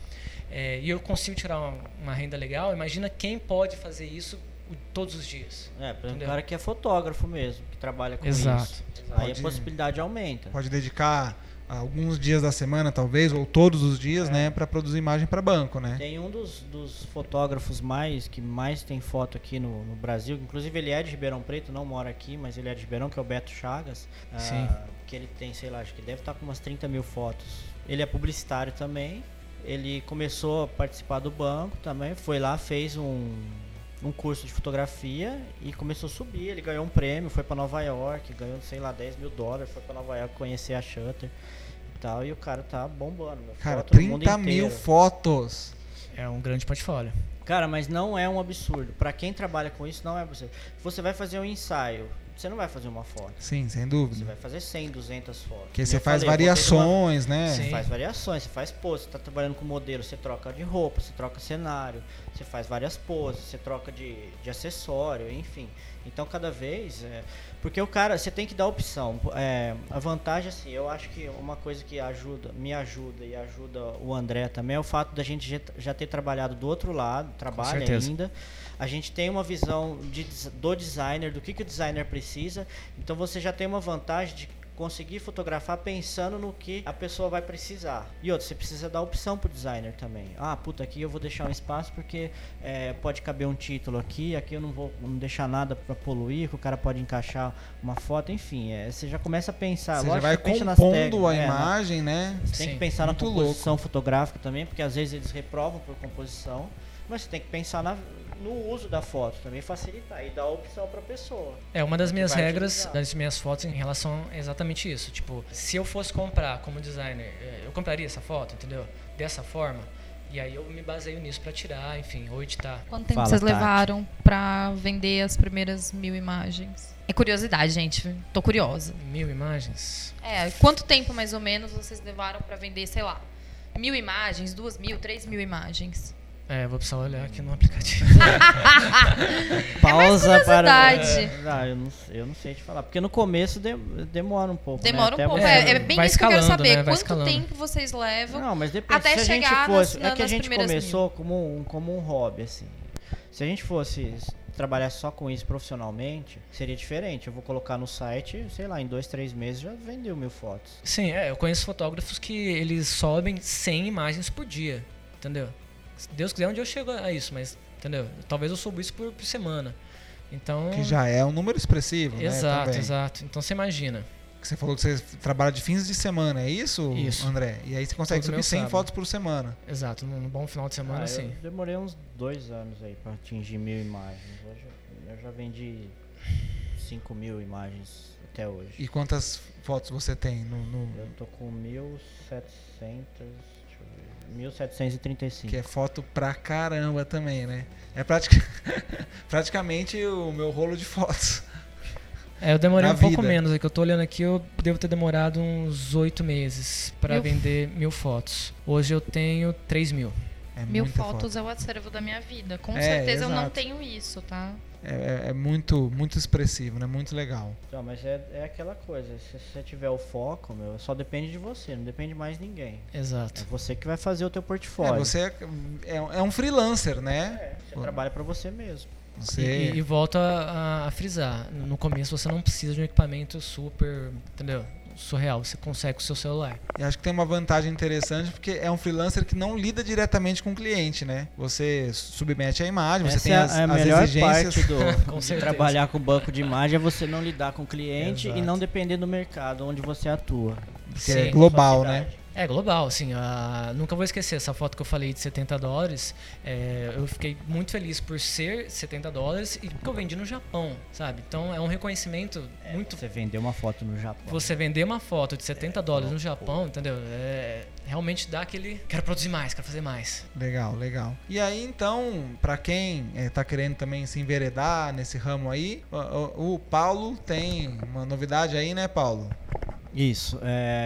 E eu consigo tirar uma renda legal. Imagina quem pode fazer isso todos os dias. Por exemplo, o cara que é fotógrafo mesmo, que trabalha com Exato. isso. Aí a possibilidade aumenta. Pode dedicar alguns dias da semana, talvez, ou todos os dias, né, para produzir imagem para banco, né? Tem um dos fotógrafos que mais tem foto aqui no Brasil, inclusive ele é de Ribeirão Preto, não mora aqui, mas ele é de Ribeirão, que é o Beto Chagas. Sim. Que ele tem, sei lá, acho que deve estar com umas 30 mil fotos. Ele é publicitário também, ele começou a participar do banco também, foi lá, fez um curso de fotografia e começou a subir. Ele ganhou um prêmio, foi para Nova York, ganhou, sei lá, $10 mil, foi para Nova York conhecer a Shutter e tal, e o cara tá bombando. Cara, foto no mundo 30 mil inteiro. fotos. É um grande portfólio. Cara, mas não é um absurdo. Para quem trabalha com isso, não é absurdo. Você vai fazer um ensaio, você não vai fazer uma foto. Sim, sem Você dúvida. vai fazer 100, 200 fotos. Porque E você eu faz falei, variações, né? Sim. Você faz variações, você faz pose, você tá trabalhando com modelo, você troca de roupa, você troca cenário, você faz várias poses, você troca de acessório, enfim. Então cada vez, porque o cara, você tem que dar opção. A vantagem, assim, eu acho que uma coisa que me ajuda e ajuda o André também é o fato da gente já ter trabalhado do outro lado, trabalha ainda. A gente tem uma visão do designer, do que o designer precisa. Então você já tem uma vantagem de conseguir fotografar pensando no que a pessoa vai precisar. E outra, você precisa dar opção pro designer também. Aqui eu vou deixar um espaço porque pode caber um título aqui eu não vou deixar nada para poluir, que o cara pode encaixar uma foto, enfim. Você já começa a pensar. Você lógico, já vai pensa nas compondo a técnicas, imagem, né? Você tem que pensar na composição fotográfica também, porque às vezes eles reprovam por composição, mas você tem que pensar no uso da foto também, facilitar e dar a opção para a pessoa. Uma das minhas regras das minhas fotos em relação a exatamente isso. Tipo, se eu fosse comprar como designer, eu compraria essa foto, entendeu? Dessa forma. E aí eu me baseio nisso para tirar, enfim, ou editar. Quanto tempo vocês levaram para vender as primeiras 1.000 imagens? É curiosidade, gente. Tô curiosa. 1.000 imagens? Quanto tempo mais ou menos vocês levaram para vender, sei lá, 1.000 imagens, 2.000, 3.000 imagens? Vou precisar olhar aqui no aplicativo. Pausa para. Eu não sei te falar, porque no começo demora um pouco. Demora né? um pouco. É bem isso que eu quero saber. Né? Quanto tempo vocês levam? Não, mas depende. Até se chegar a gente fosse, nas que a gente começou 1.000. como um hobby, assim. Se a gente fosse trabalhar só com isso profissionalmente, seria diferente. Eu vou colocar no site, sei lá, em 2, 3 meses já vendeu 1.000 fotos. Sim, eu conheço fotógrafos que eles sobem 100 imagens por dia, entendeu? Se Deus quiser, um dia eu chego a isso, mas, entendeu? Talvez eu suba isso por semana. Então... Que já é um número expressivo, exato, né? Exato. Então você imagina. Você falou que você trabalha de fins de semana, é isso, André? E aí você consegue subir 100 fotos por semana. Exato, num bom final de semana, sim. Eu demorei uns 2 anos aí pra atingir 1.000 imagens. Hoje eu já vendi 5.000 imagens até hoje. E quantas fotos você tem Eu tô com 1.735. Que é foto pra caramba também, né? É praticamente o meu rolo de fotos. Eu demorei um pouco menos, que eu tô olhando aqui, eu devo ter demorado uns 8 meses para vender 1.000 fotos. Hoje eu tenho 3.000. 1.000 fotos é o acervo da minha vida. Com certeza eu não tenho isso, tá? É muito, muito expressivo, né? Muito legal. Então, mas é aquela coisa, se você tiver o foco, só depende de você, não depende mais de ninguém. Exato. É você que vai fazer o teu portfólio. Você é um freelancer, né? Você trabalha para você mesmo. E volto a frisar, no começo você não precisa de um equipamento super, entendeu? surreal. Você consegue com o seu celular. E acho que tem uma vantagem interessante, porque é um freelancer que não lida diretamente com o cliente, né? Você submete a imagem, você tem as melhor exigências. parte de certeza. trabalhar com banco de imagem é você não lidar com o cliente Exato. e não depender do mercado onde você atua. Porque é Sim. global, né? É global, assim, nunca vou esquecer essa foto que eu falei de $70. Eu fiquei muito feliz por ser $70 e porque eu vendi no Japão, sabe? Então é um reconhecimento muito... Você vendeu uma foto no Japão. Você vender uma foto de $70 no Japão, entendeu? Realmente dá aquele... Quero produzir mais, quero fazer mais. Legal, legal. E aí, então, pra quem tá querendo também se enveredar nesse ramo aí, o Paulo tem uma novidade aí, né, Paulo? Isso.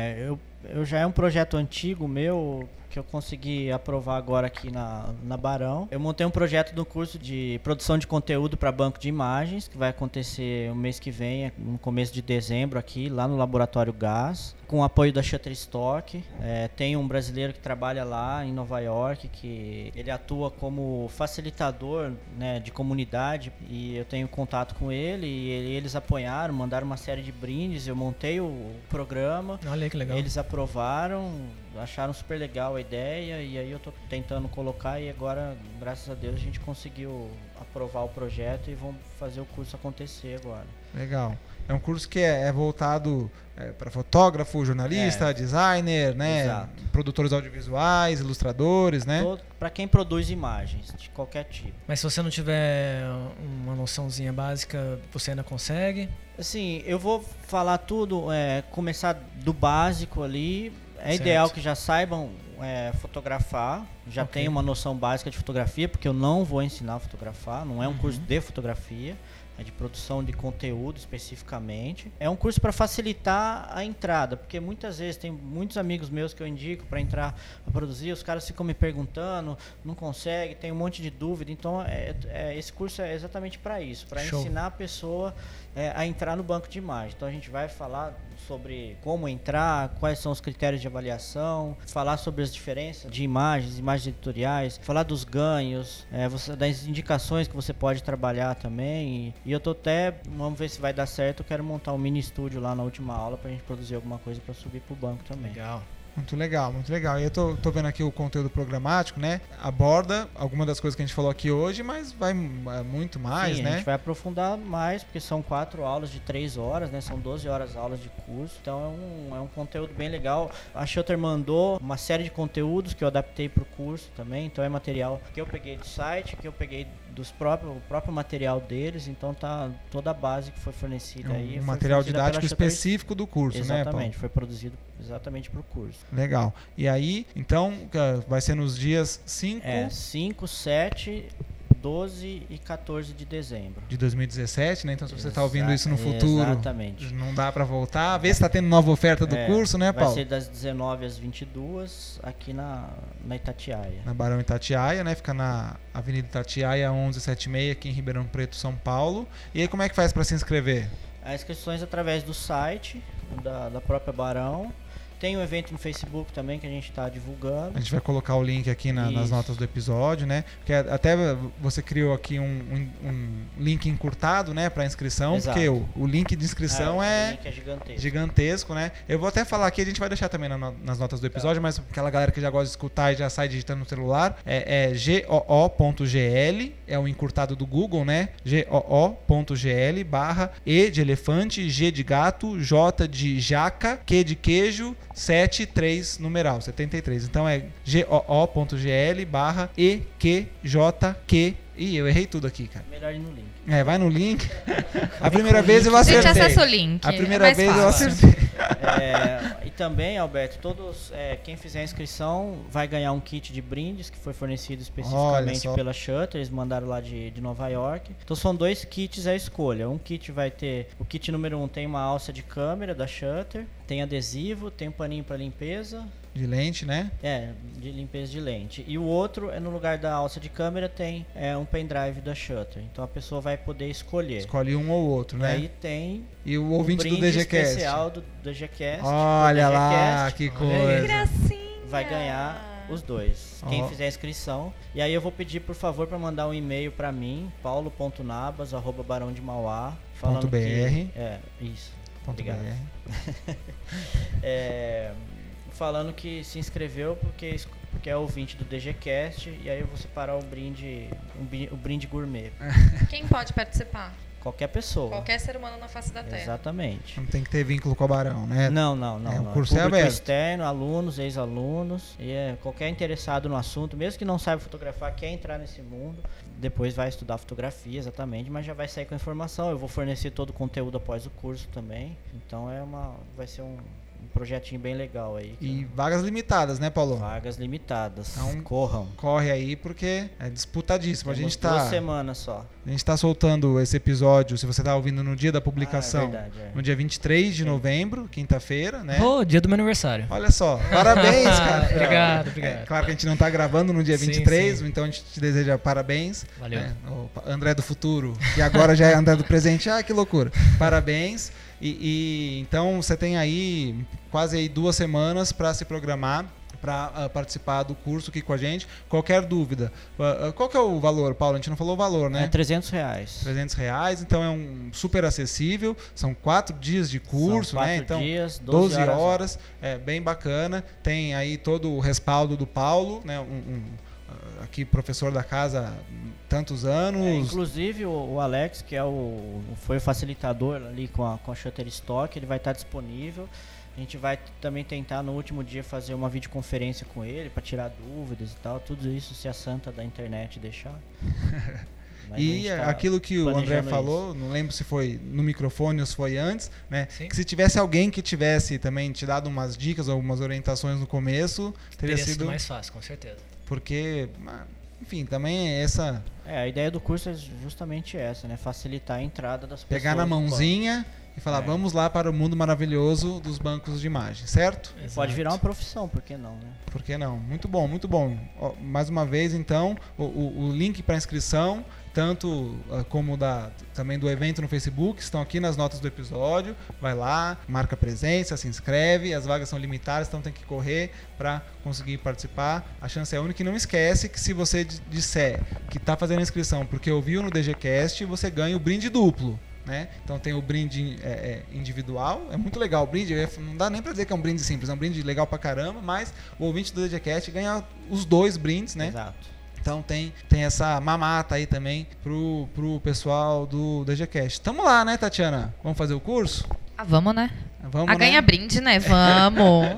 Eu já é um projeto antigo meu que eu consegui aprovar agora aqui na Barão. Eu montei um projeto do curso de produção de conteúdo para banco de imagens, que vai acontecer o mês que vem, no começo de dezembro aqui, lá no Laboratório Gás, com o apoio da Shutterstock. Tem um brasileiro que trabalha lá em Nova York, que ele atua como facilitador, né, de comunidade, e eu tenho contato com ele, e eles apoiaram, mandaram uma série de brindes, eu montei o programa. Olha aí que legal. Eles aprovaram, acharam super legal a ideia, e aí eu tô tentando colocar, e agora, graças a Deus, a gente conseguiu aprovar o projeto e vamos fazer o curso acontecer agora. Legal. É um curso que é voltado para fotógrafo, jornalista, designer, né? Exato. Produtores audiovisuais, ilustradores, né? Para quem produz imagens de qualquer tipo. Mas se você não tiver uma noçãozinha básica, você ainda consegue? Assim, eu vou falar tudo, começar do básico ali. É Certo. ideal que já saibam fotografar, já Ok. tenham uma noção básica de fotografia, porque eu não vou ensinar a fotografar, não é um Uhum. curso de fotografia, é de produção de conteúdo especificamente. É um curso para facilitar a entrada, porque muitas vezes tem muitos amigos meus que eu indico para entrar a produzir, os caras ficam me perguntando, não consegue, tem um monte de dúvida, então esse curso é exatamente para isso, para Show. ensinar a pessoa a entrar no banco de imagem. Então a gente vai falar sobre como entrar, quais são os critérios de avaliação, falar sobre as diferenças de imagens editoriais, falar dos ganhos, das indicações que você pode trabalhar também. E eu tô vamos ver se vai dar certo, eu quero montar um mini estúdio lá na última aula pra gente produzir alguma coisa pra subir pro banco também. Legal. Muito legal, muito legal. E eu tô vendo aqui o conteúdo programático, né? Aborda alguma das coisas que a gente falou aqui hoje, mas vai muito mais, Sim, né? a gente vai aprofundar mais, porque são 4 aulas de 3 horas, né? São 12 horas aulas de curso. Então é um conteúdo bem legal. A Shutter mandou uma série de conteúdos que eu adaptei pro curso também. Então é material que eu peguei do site, que eu peguei o próprio material deles. Então tá toda a base que foi fornecida aí. Um foi material produzida pela didático Shutter. específico do curso, né, Paulo? Exatamente, foi produzido exatamente pro curso. Legal. E aí, então, vai ser nos dias 5 7, 12 e 14 de dezembro. de 2017, né? Então, se você está ouvindo isso no futuro, Exatamente. não dá para voltar. Vê se está tendo nova oferta do curso, né, Paulo? Vai ser das 19 às 22 aqui na Itatiaia. Na Barão Itatiaia, né? Fica na Avenida Itatiaia 1176, aqui em Ribeirão Preto, São Paulo. E aí, como é que faz para se inscrever? As inscrições através do site da própria Barão. Tem um evento no Facebook também que a gente está divulgando. A gente vai colocar o link aqui nas Isso. notas do episódio, né? Porque até você criou aqui um link encurtado, né, para inscrição, Exato. porque o link de inscrição O é link é gigantesco. gigantesco, né? Eu vou até falar aqui, a gente vai deixar também nas notas do episódio, mas aquela galera que já gosta de escutar e já sai digitando no celular, é goo.gl, é o encurtado do Google, né? goo.gl /E de elefante, G de gato, J de jaca, Q de queijo, 73 numeral, 73. Então é goo.gl /EQJQ. Ih, eu errei tudo aqui, cara. Melhor ir no link. Vai no link. A primeira vez eu A acertei. gente acessa o link. A primeira mais vez eu fácil. acertei. E também, Alberto, quem fizer a inscrição vai ganhar um kit de brindes que foi fornecido especificamente pela Shutter. Eles mandaram lá de Nova York. Então são 2 kits à escolha. Um kit vai ter, o kit número 1 tem uma alça de câmera da Shutter, tem adesivo, tem um paninho para limpeza. De lente, né? De limpeza de lente. E o outro, no lugar da alça de câmera, tem um pendrive da Shutter. Então a pessoa vai poder escolher. Escolhe um ou outro, né? Aí tem e o ouvinte do brinde DGCast. especial do DGCast. Olha do lá, DGCast, que Que coisa. Gracinha. vai ganhar os 2. Quem Ó. fizer a inscrição. E aí eu vou pedir, por favor, para mandar um e-mail para mim, paulo.nabas@barãodemauá, falando .br. que... isso. Obrigado. Falando que se inscreveu porque é ouvinte do DGCast, e aí eu vou separar o brinde gourmet. Quem pode participar? Qualquer pessoa. Qualquer ser humano na face da Terra. Exatamente. Não tem que ter vínculo com o Barão, né? Não. O curso é Público aberto. externo, alunos, ex-alunos, e qualquer interessado no assunto, mesmo que não saiba fotografar, quer entrar nesse mundo, depois vai estudar fotografia, exatamente, mas já vai sair com a informação. Eu vou fornecer todo o conteúdo após o curso também. Então vai ser um projetinho bem legal aí. E vagas limitadas, né, Paulo? Vagas limitadas. Então, corram. Corre aí porque é disputadíssimo. Temos 2 semanas só. A gente tá soltando esse episódio, se você tá ouvindo no dia da publicação, é verdade, no dia 23 de novembro, quinta-feira, né? Dia do meu aniversário. Olha só, parabéns, cara. Obrigado. Claro que a gente não tá gravando no dia 23, então a gente te deseja parabéns. Valeu. O André do futuro, que agora já é André do presente. Que loucura. Parabéns. E então você tem aí quase aí 2 semanas para se programar para participar do curso aqui com a gente. Qualquer dúvida, qual que é o valor, Paulo? A gente não falou o valor, né? É R$300. R$300, então é um super acessível. São 4 dias de curso, São 4 né? Então, dias, 12 horas, é bem bacana. Tem aí todo o respaldo do Paulo, né? Aqui professor da casa tantos anos. Inclusive o Alex, que foi o facilitador ali com a Shutterstock, ele vai estar disponível. A gente vai também tentar no último dia fazer uma videoconferência com ele para tirar dúvidas e tal. Tudo isso se a santa da internet deixar. E aquilo que o André falou, não lembro se foi no microfone ou se foi antes, né? Sim. Que se tivesse alguém que tivesse também te dado umas dicas ou algumas orientações no começo, teria sido mais fácil, com certeza. Porque, enfim, também é essa... a ideia do curso é justamente essa, né? Facilitar a entrada das pessoas. Pegar na mãozinha e falar, vamos lá para o mundo maravilhoso dos bancos de imagem, certo? Exato. Pode virar uma profissão, por que não, né? Por que não? Muito bom, muito bom. Mais uma vez, então, o link para inscrição, tanto como também do evento no Facebook, estão aqui nas notas do episódio. Vai lá, marca presença, se inscreve. As vagas são limitadas, então tem que correr para conseguir participar. A chance é única. E não esquece que se você disser que está fazendo a inscrição porque ouviu no DGCast, você ganha o brinde duplo. Né? Então tem o brinde individual, é muito legal o brinde, não dá nem pra dizer que é um brinde simples, é um brinde legal pra caramba, mas o ouvinte do DGCast ganha os 2 brindes, né? Exato. Então tem essa mamata aí também pro pessoal do DGCast. Tamo lá, né, Tatiana? Vamos fazer o curso? Vamos, né? Vamos, ganha brinde, né? Vamos!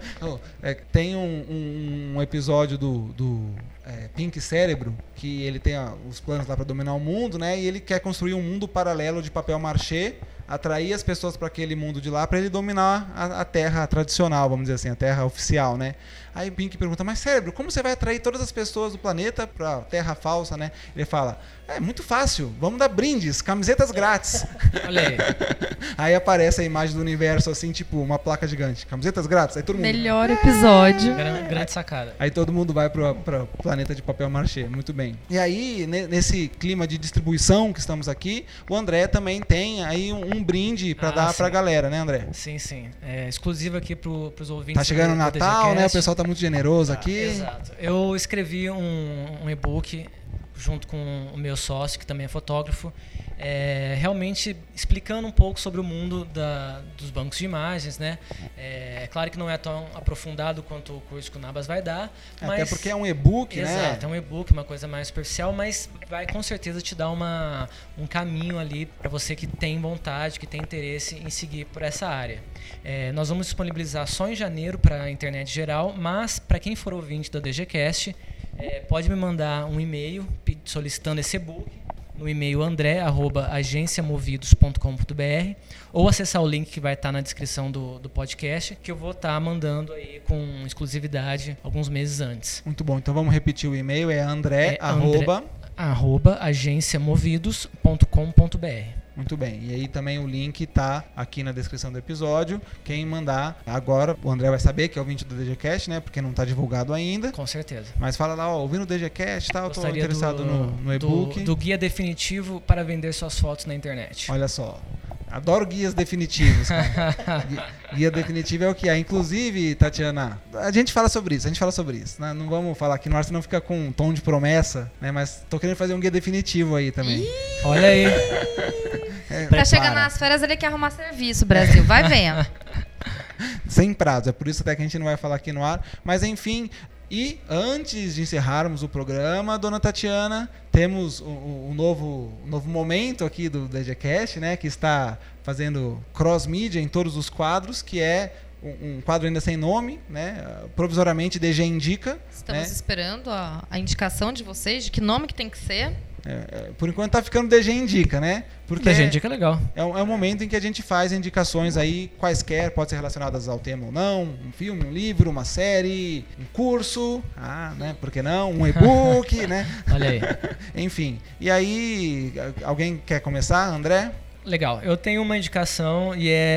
Tem um episódio do Pink Cérebro, que ele tem os planos lá para dominar o mundo, né? E ele quer construir um mundo paralelo de papel machê, atrair as pessoas para aquele mundo de lá para ele dominar a terra tradicional, vamos dizer assim, a terra oficial, né? Aí o Pink pergunta, mas Cérebro, como você vai atrair todas as pessoas do planeta para a terra falsa, né? Ele fala, é muito fácil, vamos dar brindes, camisetas grátis. Olha aí. Aí aparece a imagem do universo assim, tipo uma placa gigante, camisetas grátis, aí todo mundo... Melhor episódio. Grande sacada. Aí todo mundo vai para o planeta de papel machê, muito bem. E aí, nesse clima de distribuição que estamos aqui, o André também tem aí um brinde para dar para a galera, né, André? Sim. É exclusivo aqui para os ouvintes. Tá chegando o Natal, né? O pessoal tá muito generoso aqui. Exato. Eu escrevi um e-book junto com o meu sócio, que também é fotógrafo, realmente explicando um pouco sobre o mundo dos bancos de imagens, né? É claro que não é tão aprofundado quanto o curso que o Nabas vai dar. Mas, até porque é um e-book, exato, né? Exato, é um e-book, uma coisa mais superficial, mas vai com certeza te dar um caminho ali para você que tem vontade, que tem interesse em seguir por essa área. Nós vamos disponibilizar só em janeiro para a internet geral, mas para quem for ouvinte da DGCast, pode me mandar um e-mail solicitando esse e-book no e-mail andré@agenciamovidos.com.br ou acessar o link que vai estar na descrição do podcast, que eu vou estar mandando aí com exclusividade alguns meses antes. Muito bom, então vamos repetir o e-mail, agenciamovidos.com.br. Muito bem, e aí também o link está aqui na descrição do episódio. Quem mandar agora, o André vai saber que é o ouvinte do DGCast, né? Porque não está divulgado ainda. Com certeza. Mas fala lá, ouvindo o DGCast, tá? Eu estou interessado no e-book. Do guia definitivo para vender suas fotos na internet. Olha só. Adoro guias definitivos, cara. Guia definitivo é o que é. Inclusive, Tatiana, a gente fala sobre isso. Né? Não vamos falar aqui no ar, senão fica com um tom de promessa, né? Mas tô querendo fazer um guia definitivo aí também. Olha aí. Pra chegar nas férias, ele quer arrumar serviço, Brasil. Vai vendo. Sem prazo, é por isso até que a gente não vai falar aqui no ar. Mas enfim, e antes de encerrarmos o programa, dona Tatiana, temos um novo momento aqui do DGCast, né? Que está fazendo cross-mídia em todos os quadros, que é um quadro ainda sem nome, né? Provisoriamente DG Indica. Estamos esperando a indicação de vocês, de que nome que tem que ser. Por enquanto tá ficando DG Indica, né? Porque DG Indica é legal. É um momento em que a gente faz indicações aí, quaisquer, pode ser relacionadas ao tema ou não, um filme, um livro, uma série, um curso, né? Por que não? Um e-book, né? Olha aí. Enfim. E aí, alguém quer começar, André? Legal. Eu tenho uma indicação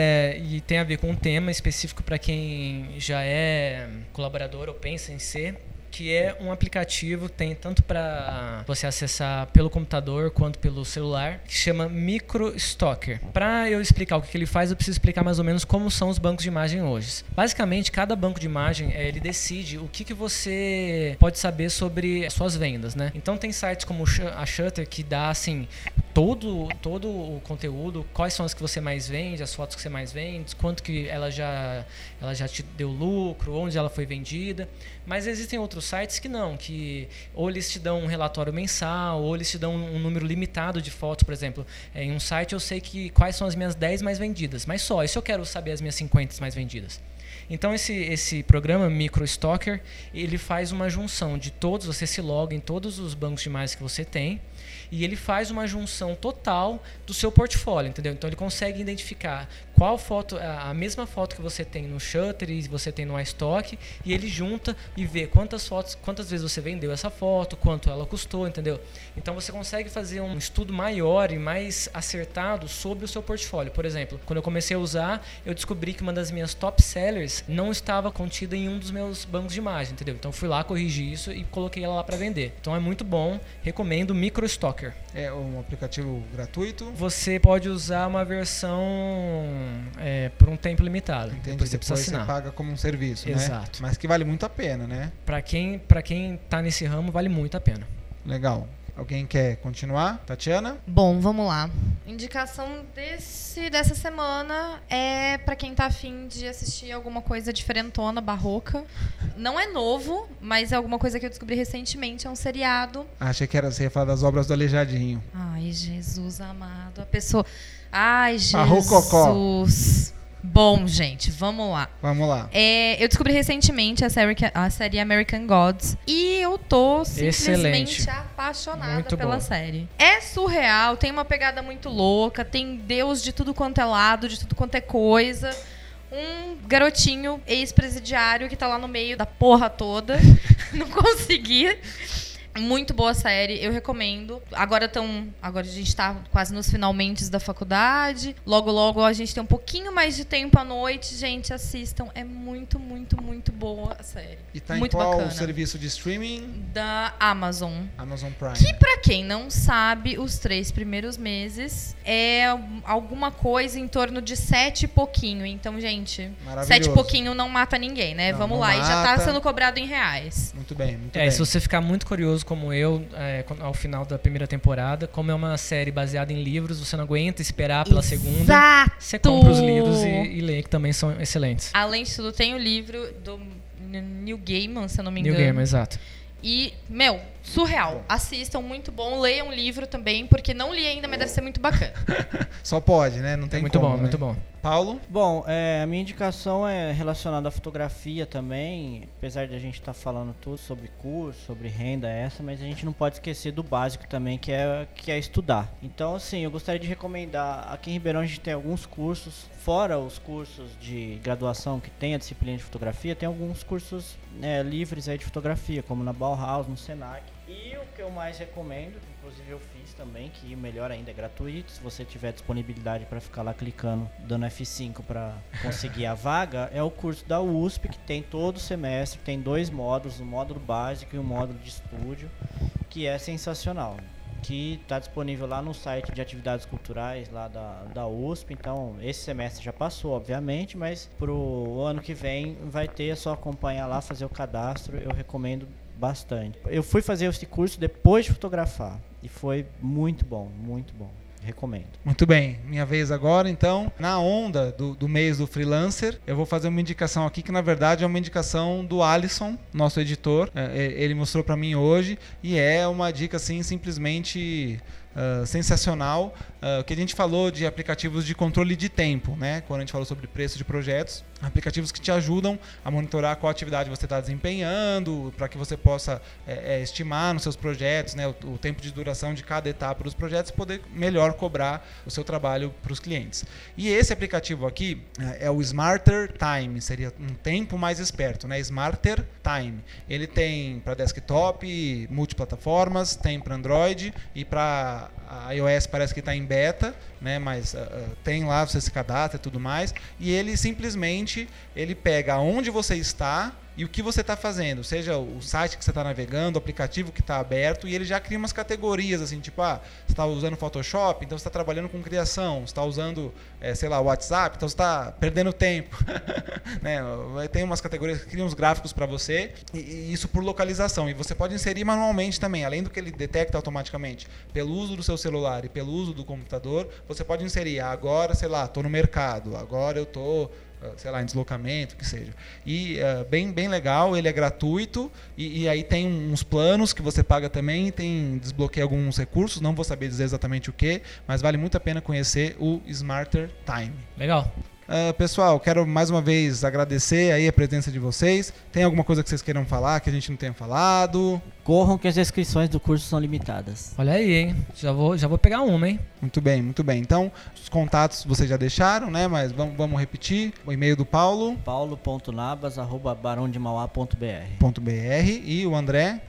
e tem a ver com um tema específico para quem já é colaborador ou pensa em ser, que é um aplicativo que tem tanto para você acessar pelo computador quanto pelo celular, que chama MicroStalker. Para eu explicar o que ele faz, eu preciso explicar mais ou menos como são os bancos de imagem hoje. Basicamente, cada banco de imagem ele decide o que você pode saber sobre as suas vendas, né? Então tem sites como a Shutter que dá assim todo o conteúdo, quais são as que você mais vende, as fotos que você mais vende, quanto que ela já te deu lucro, onde ela foi vendida. Mas existem outros sites que não, que ou eles te dão um relatório mensal, ou eles te dão um número limitado de fotos, por exemplo. Em um site eu sei quais são as minhas 10 mais vendidas, mas só. E se eu quero saber as minhas 50 mais vendidas? Então esse programa MicroStalker, ele faz uma junção de todos, você se loga em todos os bancos de imagens que você tem, e ele faz uma junção total do seu portfólio, entendeu? Então ele consegue identificar qual foto, a mesma foto que você tem no Shutter e você tem no iStock, e ele junta e vê quantas vezes você vendeu essa foto, quanto ela custou, entendeu? Então você consegue fazer um estudo maior e mais acertado sobre o seu portfólio. Por exemplo, quando eu comecei a usar, eu descobri que uma das minhas top sellers não estava contida em um dos meus bancos de imagem, entendeu? Então fui lá, corrigi isso e coloquei ela lá para vender. Então é muito bom, recomendo o MicroStalker. É um aplicativo gratuito? Você pode usar uma versão por um tempo limitado. Entendi. Depois você precisa assinar. Você paga como um serviço, Exato. Né? Mas que vale muito a pena, né? Para quem tá nesse ramo, vale muito a pena. Legal. Alguém quer continuar? Tatiana? Bom, vamos lá. Indicação dessa semana é para quem tá afim de assistir alguma coisa diferentona, barroca. Não é novo, mas é alguma coisa que eu descobri recentemente. É um seriado. Achei que você ia falar das obras do Aleijadinho. Ai, Jesus amado. A pessoa... Ai, Barrococó. Jesus... Bom, gente, vamos lá. Vamos lá. Eu descobri recentemente a série American Gods e eu tô simplesmente apaixonada muito pela boa. série. É surreal, tem uma pegada muito louca, tem Deus de tudo quanto é lado, de tudo quanto é coisa. Um garotinho ex-presidiário que tá lá no meio da porra toda. Não consegui. Muito boa série, eu recomendo. Agora a gente tá quase nos finalmente da faculdade. Logo a gente tem um pouquinho mais de tempo à noite. Gente, assistam. É muito, muito, muito boa a série. E tá muito em qual bacana. serviço de streaming? Da Amazon. Amazon Prime. Que, pra quem não sabe, os 3 primeiros meses é alguma coisa em torno de 7 e pouquinho. Então, gente, 7 e pouquinho não mata ninguém, né? Não, Vamos não lá. mata. E já tá sendo cobrado em reais. Muito bem, muito bem. E se você ficar muito curioso como eu, ao final da primeira temporada, como é uma série baseada em livros, você não aguenta esperar pela segunda. Exato! Você compra os livros e lê, que também são excelentes. Além de tudo, tem o livro do Neil Gaiman, se eu não me engano. Neil Gaiman, exato. E, surreal. Assistam, muito bom. Leiam um livro também, porque não li ainda, mas deve ser muito bacana. Só pode, né? Não tem muito como, bom, né? muito bom. Paulo? Bom, a minha indicação é relacionada à fotografia também, apesar de a gente estar falando tudo sobre curso, sobre renda mas a gente não pode esquecer do básico também, que é estudar. Então, assim, eu gostaria de recomendar, aqui em Ribeirão a gente tem alguns cursos, fora os cursos de graduação que tem a disciplina de fotografia, tem alguns cursos livres aí de fotografia, como na Bauhaus, no Senac. E o que eu mais recomendo, inclusive eu fiz também, que melhor ainda é gratuito, se você tiver disponibilidade para ficar lá clicando, dando F5 para conseguir a vaga, é o curso da USP, que tem todo semestre, tem 2 módulos, um módulo básico e um módulo de estúdio, que é sensacional, que está disponível lá no site de atividades culturais lá da USP. Então esse semestre já passou, obviamente, mas pro ano que vem vai ter, é só acompanhar lá, fazer o cadastro, eu recomendo bastante. Eu fui fazer esse curso depois de fotografar e foi muito bom, muito bom. Recomendo. Muito bem, minha vez agora, então. Na onda do mês do freelancer, eu vou fazer uma indicação aqui que, na verdade, é uma indicação do Alisson, nosso editor. Ele mostrou para mim hoje e é uma dica, assim, simplesmente sensacional. Que a gente falou de aplicativos de controle de tempo, né? Quando a gente falou sobre preço de projetos, aplicativos que te ajudam a monitorar qual atividade você está desempenhando, para que você possa estimar nos seus projetos, né, o tempo de duração de cada etapa dos projetos e poder melhor cobrar o seu trabalho para os clientes. E esse aplicativo aqui é o Smarter Time, seria um tempo mais esperto, né? Smarter Time. Ele tem para desktop, multiplataformas, tem para Android e para iOS parece que está em beta, né? Mas tem lá, você se cadastra e tudo mais, e ele simplesmente pega onde você está e o que você está fazendo, seja o site que você está navegando, o aplicativo que está aberto, e ele já cria umas categorias, assim, tipo, você está usando Photoshop, então você está trabalhando com criação, você está usando, sei lá, o WhatsApp, então você está perdendo tempo. Né? Tem umas categorias que criam uns gráficos para você, e isso por localização, e você pode inserir manualmente também, além do que ele detecta automaticamente, pelo uso do seu celular e pelo uso do computador, você pode inserir, agora, sei lá, estou no mercado, agora eu estou, sei lá, em deslocamento, que seja. E bem legal, ele é gratuito e aí tem uns planos que você paga também, desbloqueia alguns recursos, não vou saber dizer exatamente o que, mas vale muito a pena conhecer o Smarter Time. Legal. Pessoal, quero mais uma vez agradecer aí a presença de vocês. Tem alguma coisa que vocês queiram falar que a gente não tenha falado? Corram que as inscrições do curso são limitadas. Olha aí, hein? Já vou pegar uma, hein? Muito bem, muito bem. Então, os contatos vocês já deixaram, né? Mas vamos repetir. O e-mail do Paulo. paulo.nabas@barondemauá.br. E o André.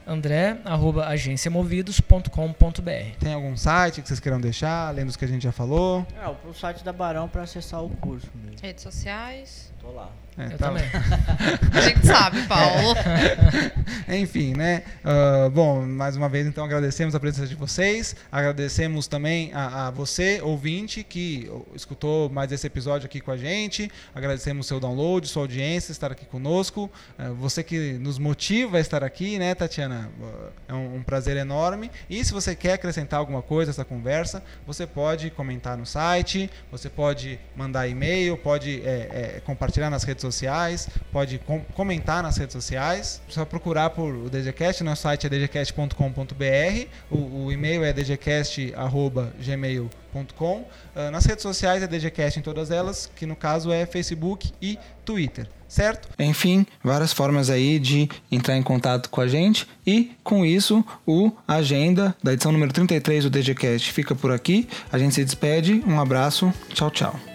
André@agenciamovidos.com.br. Tem algum site que vocês queiram deixar, além dos que a gente já falou? O site da Barão para acessar o curso mesmo. Redes sociais. Tô lá. Eu também. A gente sabe, Paulo. Enfim, né? Bom, mais uma vez, então, agradecemos a presença de vocês. Agradecemos também a você, ouvinte, que escutou mais esse episódio aqui com a gente. Agradecemos o seu download, sua audiência, estar aqui conosco. Você que nos motiva a estar aqui, né, Tatiana? É um prazer enorme. E se você quer acrescentar alguma coisa a essa conversa, você pode comentar no site, você pode mandar e-mail, pode compartilhar nas redes sociais, pode comentar nas redes sociais. Só procurar por o DGCast, nosso site é dgcast.com.br, o e-mail é dgcast@gmail.com. Nas redes sociais é DGCast em todas elas, que no caso é Facebook e Twitter, certo? Enfim, várias formas aí de entrar em contato com a gente, e com isso a agenda da edição número 33 do DGCast fica por aqui. A gente se despede, um abraço, tchau, tchau.